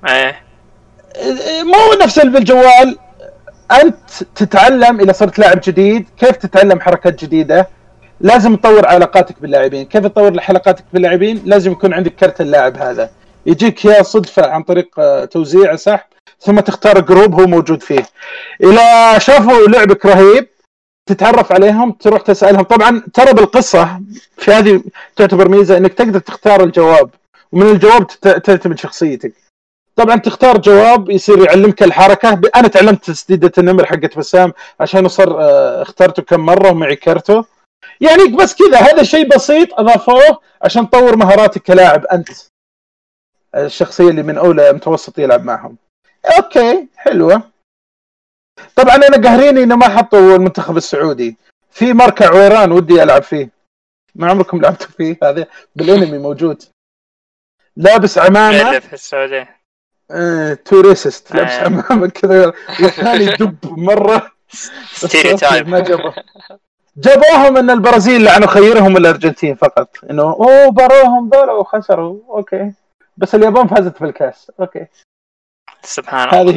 مو نفس اللي بالجوال. انت تتعلم اذا صرت لاعب جديد كيف تتعلم حركات جديده. لازم تطور علاقاتك باللاعبين. كيف تطور علاقاتك باللاعبين؟ لازم يكون عندك كرت اللاعب هذا، يجيك يا صدفة عن طريق توزيع سحب، ثم تختار جروب هو موجود فيه. إذا شافوا لعبك رهيب تتعرف عليهم، تروح تسألهم. طبعا ترى بالقصة في هذه تعتبر ميزة انك تقدر تختار الجواب، ومن الجواب تعتمد شخصيتك. طبعا تختار جواب يصير يعلمك الحركة. أنا تعلمت تسديدة النمر حقت بسام عشان صار اخترته كم مرة ومعي كرته. يعني بس كذا، هذا شيء بسيط أضافوه عشان تطور مهاراتك كلاعب أنت، الشخصية اللي من أولى متوسط يلعب معهم. أوكي حلوة. طبعا أنا قهريني إنه ما حطوا المنتخب السعودي في مركع عويران. ودي ألعب فيه. ما عمركم لعبتوا فيه؟ هذا بالأنمي موجود. لابس عمامة في السعودية. توريست لابس عمامة كذا. الثاني دب مرة. ستيريوتايب. ما جابوهم ان البرازيل لعنوا خيرهم الارجنتين فقط. انه باروهم ذولا وخسروا. اوكي بس اليابان فازت في الكاس. اوكي سبحان الله.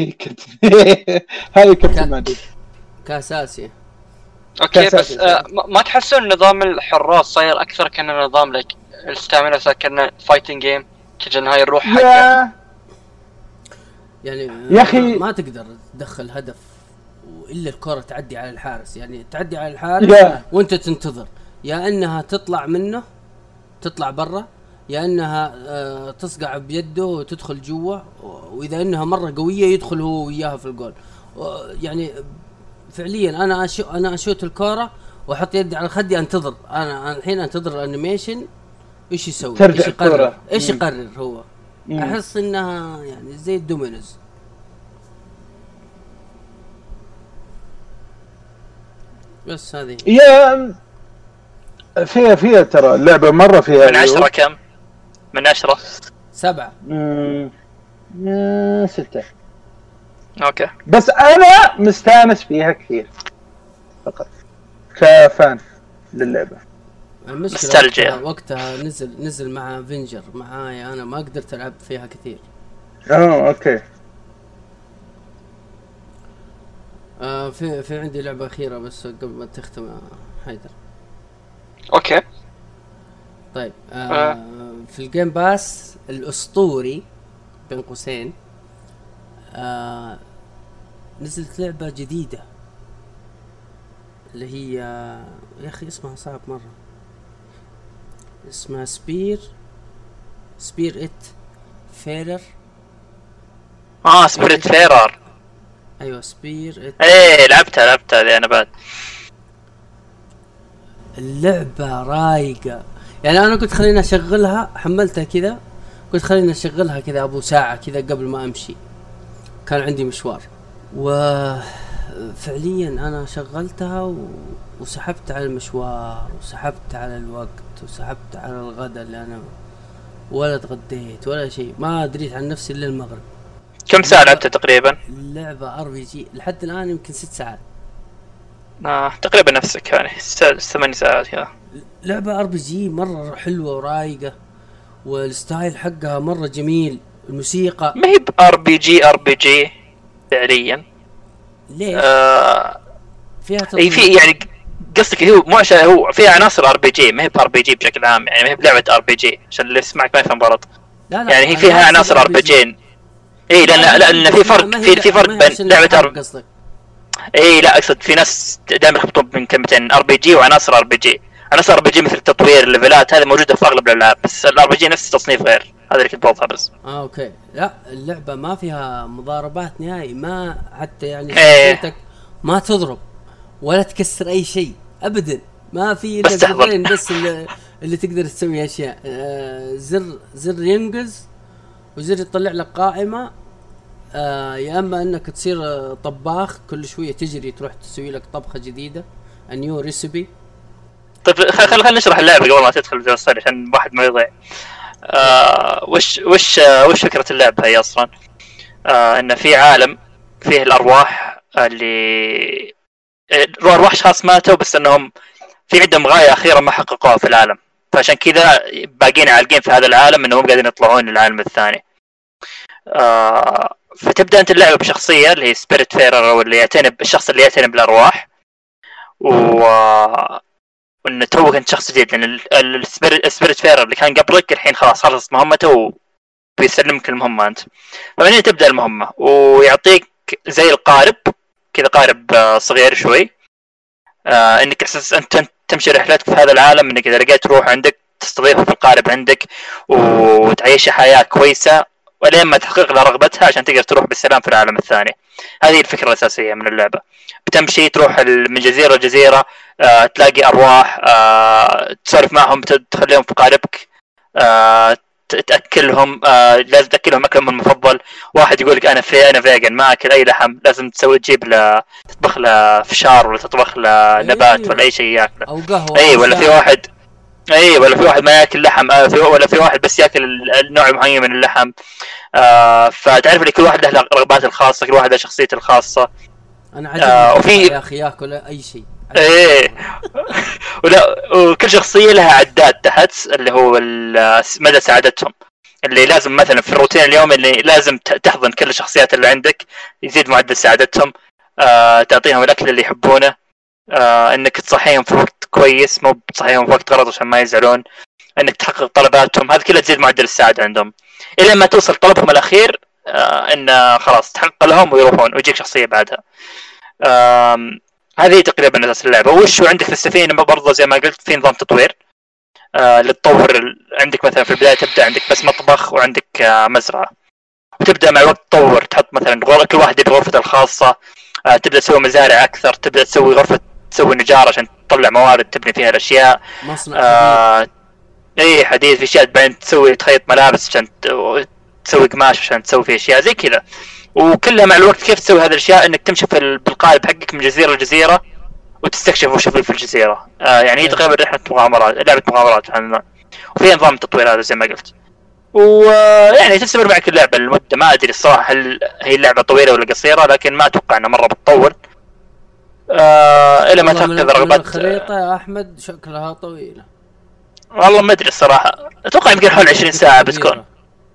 هذه كابتن ماجد كاس اسيا. اوكي بس ما تحسون نظام الحراس صاير اكثر كأنه نظام لك الستامينا، صار كأنه فايتنج جيم كجن هاي الروح حقه. يعني يا اخي ما تقدر تدخل هدف الا الكرة تعدي على الحارس. يعني تعدي على الحارس وانت تنتظر يا انها تطلع منه تطلع برا، يا انها تصقع بيده وتدخل جوا، واذا انها مرة قوية يدخل هو وياها في الجول. يعني فعليا انا اشوت الكرة واحط يدي على خدي انتظر. انا الحين انتظر الانيميشن ايش يسوي، ايش يقرر هو. احس انها يعني زي الدومينوز. بس هذه يا فيها ترى اللعبة مرة فيها. من 10 كم؟ من 10 7. 6. اوكي. بس انا مستانس فيها كثير فقط كفان للعبة. المشكلة وقتها نزل مع فينجر معايا، انا ما قدرت العب فيها كثير. اوكي. في عندي لعبة أخيرة بس قبل ما تختم حيدر. اوكي. طيب في الجيم باس الأسطوري بين قوسين نزلت لعبة جديدة اللي هي يا أخي اسمها صعب مرة، اسمها سبير إت فيرر. سبيريت فيرر. ايوه سبير إت. ايه لعبتها ذي انا بعد. اللعبة رايقة يعني، انا قلت خليني اشغلها، حملتها كذا قلت خليني اشغلها كذا ابو ساعة كذا قبل ما امشي، كان عندي مشوار، وفعليا انا شغلتها وسحبت على المشوار وسحبت على الوقت وسحبت على الغداء اللي انا ولا تغديت ولا شيء، ما دريت عن نفسي الا المغرب. كم ساعة لعبتها تقريبا؟ اللعبة RPG لحد الان يمكن 6 ساعات. تقريبا نفسك يعني 8 ساعات كذا. لعبة RPG مرة حلوة ورايقة، والستايل حقها مرة جميل، الموسيقى ما هي RPG فعليا. ليه؟ فيها اي في يعني قصدك هو مو عشان هو فيها عناصر RPG، ما هي RPG بشكل عام يعني، ما هي بلعبة RPG عشان اللي يسمعك ما يفهم غلط. لا يعني هي فيها عناصر RPG. اي لان في فرق في فرق بين لعبة قصدك. اي لا اقصد في ناس دائما يخلطون بين كلمتين RPG وعناصر RPG. عناصر RPG مثل تطوير الليفلات هذه موجودة في اغلب الالعاب، بس الRPG نفس التصنيف غير، هذا اللي كنت بوضحه بس. اوكي. لا اللعبة ما فيها مضاربات نهائي، ما حتى يعني شخصيتك ما تضرب ولا تكسر اي شيء ابدا، ما في بس زرين بس اللي تقدر تسوي اشياء. زر ينقز وزر يطلع لك قائمة، يا اما انك تصير طباخ كل شوية تجري تروح تسوي لك طبخة جديدة نيو ريسيبي. طيب خلينا نشرح اللعبة قبل ما تدخل في الصيد عشان واحد ما يضيع. وش فكرة اللعبة هي اصلا؟ ان في عالم فيه الارواح اللي ارواح اشخاص ماتوا، بس انهم في عندهم غاية اخيرة ما حققوها في العالم، فعشان كذا باقين عالقين في هذا العالم انهم قاعدين يطلعون للعالم الثاني. فتبدأ انت اللعبة بشخصية اللي هي سبيريت فيرر، او اللي الشخص اللي يعتني بالارواح، وان توك انت شخص جديد، لان السبيريت فيرر اللي كان قبلك الحين خلاص خلص مهمته وبيسلمك المهمة انت. فمن هنا تبدأ المهمة ويعطيك زي القارب كذا، قارب صغير شوي، انك اساس انت تمشي رحلتك في هذا العالم، انك اذا لقيت روح عندك تستضيفه في القارب عندك وتعيش حياة كويسة ولين ما تحقق لها رغبتها عشان تقدر تروح بالسلام في العالم الثاني. هذه الفكرة الأساسية من اللعبة. بتمشي تروح من جزيرة لجزيرة، تلاقي أرواح، تسولف معهم، تخليهم في قاربك، تأكلهم، لازم تأكلهم أكلهم المفضل. واحد يقولك أنا فيجن ما أكل أي لحم، لازم تجيب له تطبخ له فشار ولا تطبخ له نبات ولا أي شيء يأكله. أو قهوة. أي ولا في واحد ولا في واحد ما ياكل لحم، ولا في واحد بس ياكل النوع معين من اللحم. فتعرف ان كل واحد له رغباته الخاصه، كل واحد له شخصيته الخاصه. انا عجبني يا اخي ياكل اي شيء. ايه وكل شخصيه لها عداد تحت اللي هو مدى سعادتهم، اللي لازم مثلا في الروتين اليومي اللي لازم تحضن كل الشخصيات اللي عندك، يزيد معدل سعادتهم. تعطيهم الاكل اللي يحبونه، انك تصحيهم في وقت كويس، مو تصحيهم في وقت غلط عشان ما يزعلون، انك تحقق طلباتهم، هذا كله تزيد معدل السعاده عندهم الى ما توصل طلبهم الاخير، ان خلاص تحقق لهم ويروحون ويجيك شخصيه بعدها. هذه تقريبا اساس اللعبه. وش عندك في السفينه برضه زي ما قلت في نظام تطوير، للتطور. عندك مثلا في البدايه تبدا عندك بس مطبخ وعندك مزرعه، وتبدا مع الوقت تطور، تحط مثلا كل واحد بغرفته الخاصه، تبدا تسوي مزارع اكثر، تبدا تسوي غرفه تسوي نجار عشان تطلع موارد تبني فيها الاشياء، مصنع اي حديث في اشياء بعدين تخيط ملابس عشان تسوي قماش عشان تسوي فيه اشياء زي كذا. وكلها مع الوقت كيف تسوي هذه الاشياء، انك تمشي بالقالب حقك من جزيره لجزيره وتستكشف وش في الجزيره. يعني هي تقريبا رحله مغامرات، لعبه مغامرات عن وفيها نظام التطوير هذا زي ما قلت. ويعني تستمر معك اللعبه المده، ما ادري الصراحه هل هي اللعبه طويله ولا قصيره، لكن ما اتوقع انها مره بتطول الى ما تنقذ رغبات. الخريطه يا احمد شكلها طويله والله ما ادري الصراحه، اتوقع يمكن حول 20 ساعه بتكون.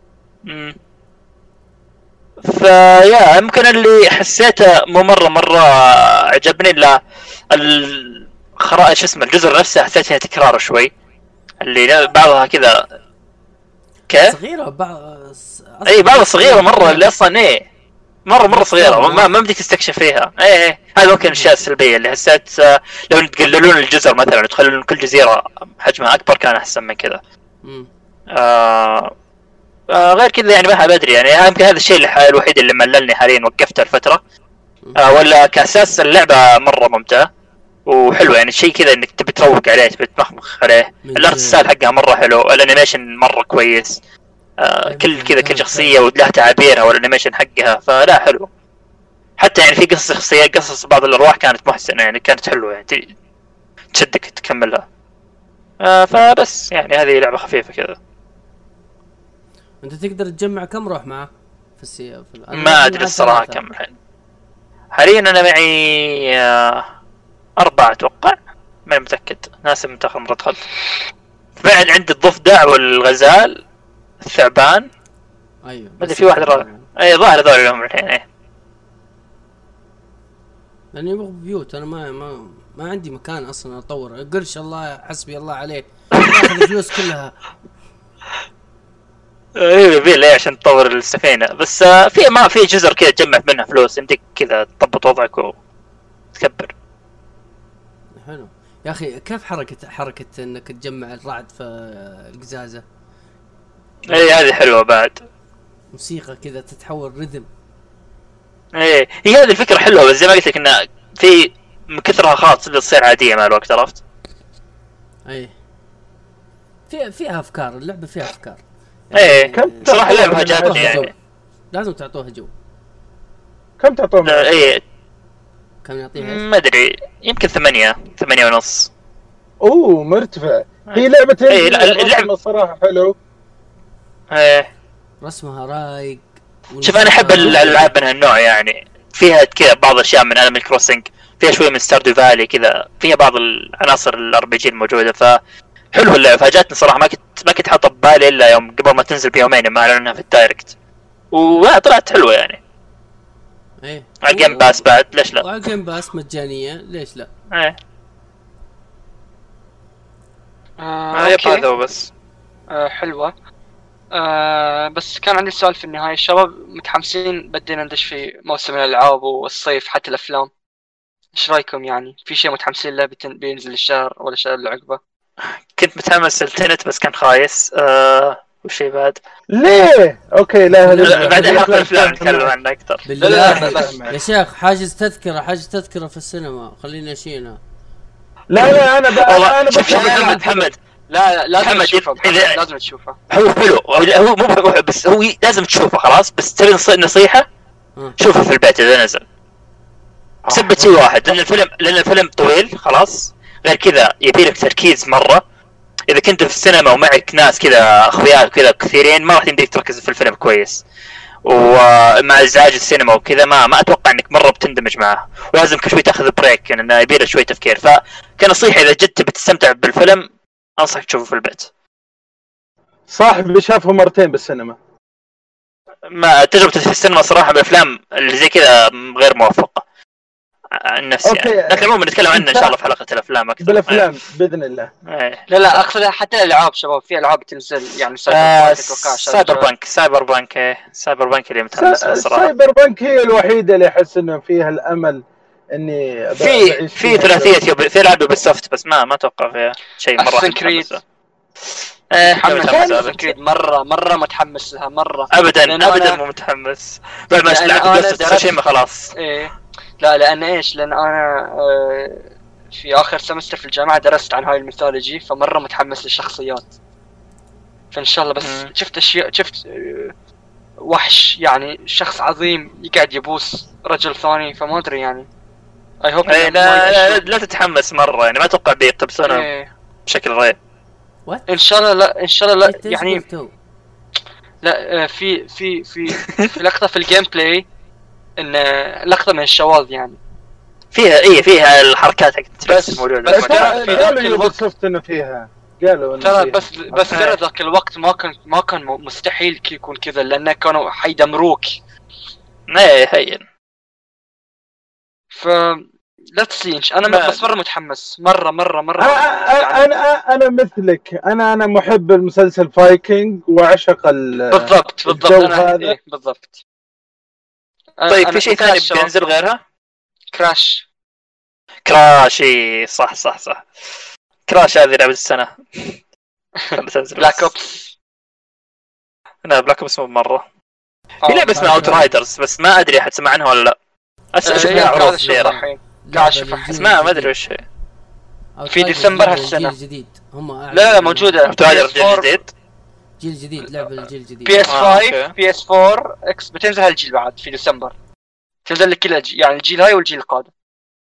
فيا يمكن اللي حسيته مو مره عجبني الا الخرائط، شو اسمه، الجزر نفسها حسيت فيها تكرار شوي، اللي بعضها كذا كيف صغيره اي بعضها صغيره مره، اللي اصلا ايه مره صغيره ما بدك تستكشف فيها. ايه هذا ممكن الاشياء السلبيه اللي حسيت لو تقللون الجزر مثلا وتخلون كل جزيره حجمها اكبر كان احسن من كذا. غير كذا يعني ما بدري، يعني يمكن هذا الشيء الوحيد اللي مللني حاليا، وقفت الفتره. ولا كاساس اللعبه مره ممتعه وحلوه، يعني شيء كذا انك تبي تروق عليه، تبي تمخمخ عليه. الارت ستايل حقها مره حلو، الانيميشن مره كويس، كل شخصيه ولها تعابيرها والانيميشن حقها، فلا حلو. حتى يعني في قصص بعض الارواح كانت محسنه، يعني كانت حلوه، يعني تشدك تكملها. فبس يعني هذه لعبه خفيفه كذا. انت تقدر تجمع كم روح معه في السي؟ ما ادري الصراحه كم الحين. حاليا انا معي 4 اتوقع، ما متاكد، ناسي من اخر مره دخلت. بعد عندي الضفدع والغزال الثعبان. ايوه ما ادري في واحد رابع. اي ظاهر هذول لهم الحين. ايه لاني ابغى بيوت، انا ما عندي مكان اصلا اطور. قرش الله حسبي الله عليه، اخذ الفلوس كلها. ايه ليه عشان تطور السفينه بس. في جزر كذا تجمع منها فلوس، يمديك كذا تضبط وضعك وتكبر. حلو يا اخي. كيف حركه انك تجمع الرعد في القزازه؟ ايه هذه حلوه بعد، موسيقى كذا تتحول رذم. ايه هي هذه الفكره حلوه، بس زي ما قلت لك انها في من كثرها خلاص تصير عاديه مع الوقت، عرفت؟ ايه فيها افكار اللعبه، فيها افكار يعني. ايه صراحه اللعبه جاتني يعني. لازم تعطوها جو. كم تعطوها؟ ايه كم يعطيها؟ ما ادري، يمكن 8 ونص. اوه مرتفع. هي لعبه ايه اللعبه الصراحه حلو. ايه رسمها رايق. شوف انا احب الالعاب من هالنوع، يعني فيها كذا بعض الاشياء من انيمال كروسنج، فيها شويه من ستاردو فالي كذا، فيها بعض العناصر الار بي جي الموجوده. فحلو اللعبه، فاجاتني صراحه. ما كنت حاطه ببالي الا يوم قبل ما تنزل بيومين ما اعلنوها في الدايركت، وطلعت حلوه يعني. ايه على جيم باس بعد، ليش لا؟ وعلى جيم باس مجانيه، ليش لا؟ ايه هذا هو بس. حلوه. بس كان عندي سؤال في النهايه. الشباب متحمسين بدينا ندش في موسم الالعاب والصيف حتى الافلام، ايش رايكم؟ يعني في شيء متحمسين له بينزل الشهر ولا الشهر اللي عقبه؟ كنت متحمس للتنت بس كان خايس. وشي بعد ليه؟ اوكي لا بعد حلقة الافلام نتكلم عنه اكثر. لا يا شيخ، حاجز تذكره في السينما، خلينا نشيلها. لا انا شوف محمد لا لازم تشوفه، لازم تشوفه. هو حلو، هو مو بس هو لازم تشوفه خلاص. بس تبي نصيحة، شوفه في البيت اذا نزل. بسبب شيء واحد، لان الفيلم طويل خلاص. غير كذا يبيلك تركيز مرة. اذا كنت في السينما ومعك ناس كذا اخويا كذا كثيرين، ما راح يمديك تركز في الفيلم كويس، ومع ازعاج السينما وكذا ما اتوقع انك مره بتندمج معه. ولازم كل شوي تاخذ بريك، يعني انه يبيله شوي تفكير. فكنصيحه اذا جد بتستمتع بالفيلم انصحك تشوفه في البيت. صاحبي شافه مرتين بالسينما. ما تجربتي في السينما صراحه بالافلام اللي زي كذا غير موفقه عن نفسي يعني. لكن عموما نتكلم عنه ان شاء الله في حلقه الافلام اكثر. بالافلام باذن الله. لا اقصد حتى الالعاب شباب، في العاب تنزل يعني سايبر بانك اللي متحمس الصراحه. سايبر بانك هي الوحيده اللي احس انه فيها الامل اني في ثلاثيه في العاب بالسوفت، بس ما اتوقع فيها شيء مره متحمس. متحمس كريد مره متحمس لها مره. ابدا مو متحمس بعد ما لعبت شيء خلاص. لا لان لان انا في اخر سمستر في الجامعه درست عن هاي الميثولوجي، فمره متحمس للشخصيات. فان شاء الله. بس شفت وحش يعني، شخص عظيم يقعد يبوس رجل ثاني، فما ادري يعني اي هوب لا تتحمس مره يعني، ما اتوقع بيقتبسونه بشكل رهيب. وات ان شاء الله لا ان شاء الله لا يعني لا في لقطه في الجيم بلاي ان لقطه من الشواذ يعني فيها الحركات حقت بس الموجوده. بس في ذاك الوقت شفت انه فيها قالوا ترى بس ترى ذاك الوقت ما كان مستحيل يكون كذا، لأنه كانوا حيدمروك. هين ف لا تسينش انا بس مره متحمس مره انا مثلك، انا محب المسلسل فايكنج واعشق بالضبط انا إيه بالضبط. طيب في شيء ثاني بينزل غيرها؟ كراش صح كراش هذه لعبة السنة. بلاك اوبس. لا بلاك اوبس مو مرة. في لعبة اسمها اوت رايدرز بس ما ادري احد سمع عنها ولا لا. اشوفها عروض كثيرة. اسمها ما ادري وش هي. في ديسمبر هالسنة. جديد هم لا موجودة. اوت رايدرز جديد. جيل جديد لعبة الجيل الجديد. PS5 PS4 اكس بتنزل هالجيل بعد في ديسمبر. تنزل لك كل يعني الجيل هاي والجيل القادم.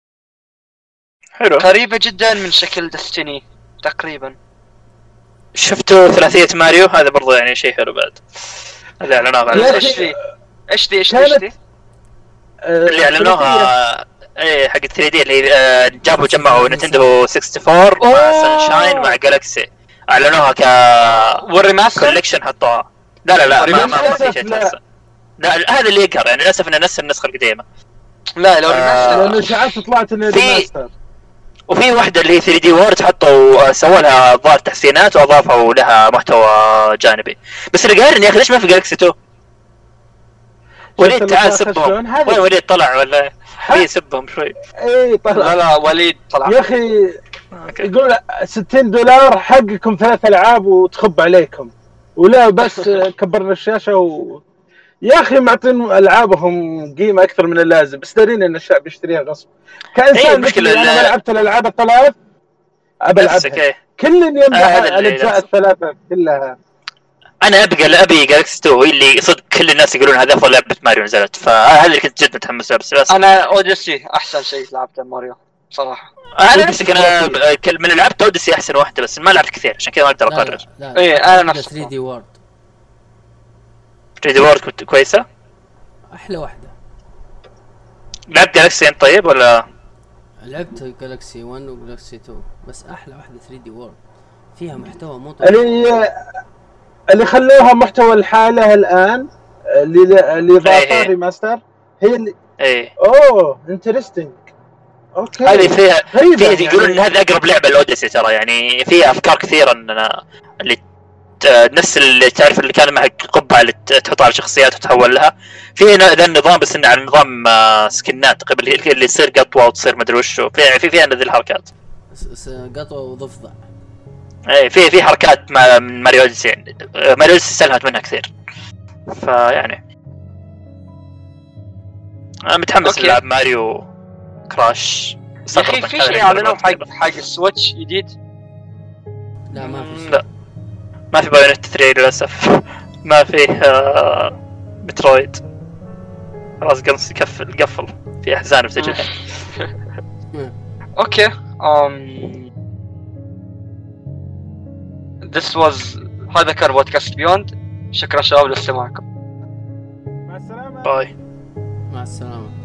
حلو. قريبة جدا من شكل دستني تقريبا. شفتوا ثلاثية ماريو؟ هذا برضو يعني شيء حلو بعد. هذا اعلنوها ايش دي اللي اعلنوها ايه حق 3 دي اللي جمعوا نينتندو 64 مع سانشاين مع جالاكسي. اعلنوها والريماستر كولكشن حطوها. لا ما في شيء هسه. لا هذا اللي يقهر يعني للاسف انه نفس النسخه القديمه. لا لو ريماستر لانه اشاعات طلعت انه ريماستر. وفي واحدة اللي هي 3 دي وورد حطوا سووا لها ظاهر تحسينات واضافوا لها محتوى جانبي. بس اللي قاهرني يا اخي ليش ما في جالكسي 2؟ وليد تعال سبهم. وين وليد طلع ولا في سبهم شوي؟ اي طلع. لا وليد طلع يا اخي يقول $60 حقكم 3 ألعاب وتخب عليكم، ولا بس كبرنا الشاشة يا اخي معطين العابهم قيمه اكثر من اللازم، بس دارين ان الشعب يشتريها غصب. كانسان مثلي انا ما لعبت الالعاب الثلاث ابى العبها. كل يمدح الاجزاء الثلاثه كلها. انا ابي جالكسي 2 اللي صدق كل الناس يقولون هذا افضل لعبه ماريو نزلت، فهذا اللي كنت جد متحمس له. بس انا اوديسي احسن شيء لعبته ماريو صراحه. انا نفسي انا من لعبت اوديسي احسن واحده بس ما لعبت كثير عشان كذا ما اقدر اقرر. ايه انا نفس 3 دي وورد. 3 دي وورد كويسه احلى واحده. لعبت جالكسي طيب ولا؟ لعبت جالكسي 1 وجالكسي 2 بس احلى واحده 3 دي وورد فيها محتوى مو طبيعي. اللي خلوها محتوى الحالة الآن اللي ضافها ريماستر هي اللي اوه انترستينج. اوكي هذه فيها يقولون ان هذا اقرب لعبه الاوديسي ترى، يعني فيها افكار كثيره اننا اللي نفس اللي تعرف اللي كان معك قبعه اللي تحطها على شخصيات وتحول لها. في ذا النظام بس انه على نظام سكنات قبل اللي يصير قطوه وتصير مدري وش فيها ذي الحركات قطوه وضفدع. اي في حركات من ماريو اوديسي يعني. ماريو اوديسي استلهمت منها كثير، فيعني انا متحمس للعب ماريو كراش. يا اخي في شيء اعلنوا حق السويتش جديد؟ لا ما في شيء. لا ما في بايونيت 3 للاسف. ما فيه مترويد خلاص قفل في احزان بتجيها. اوكي This was هذا كان بودكاست بيوند. شكرا شباب لاستماعكم. مع السلامة. باي. مع السلامة.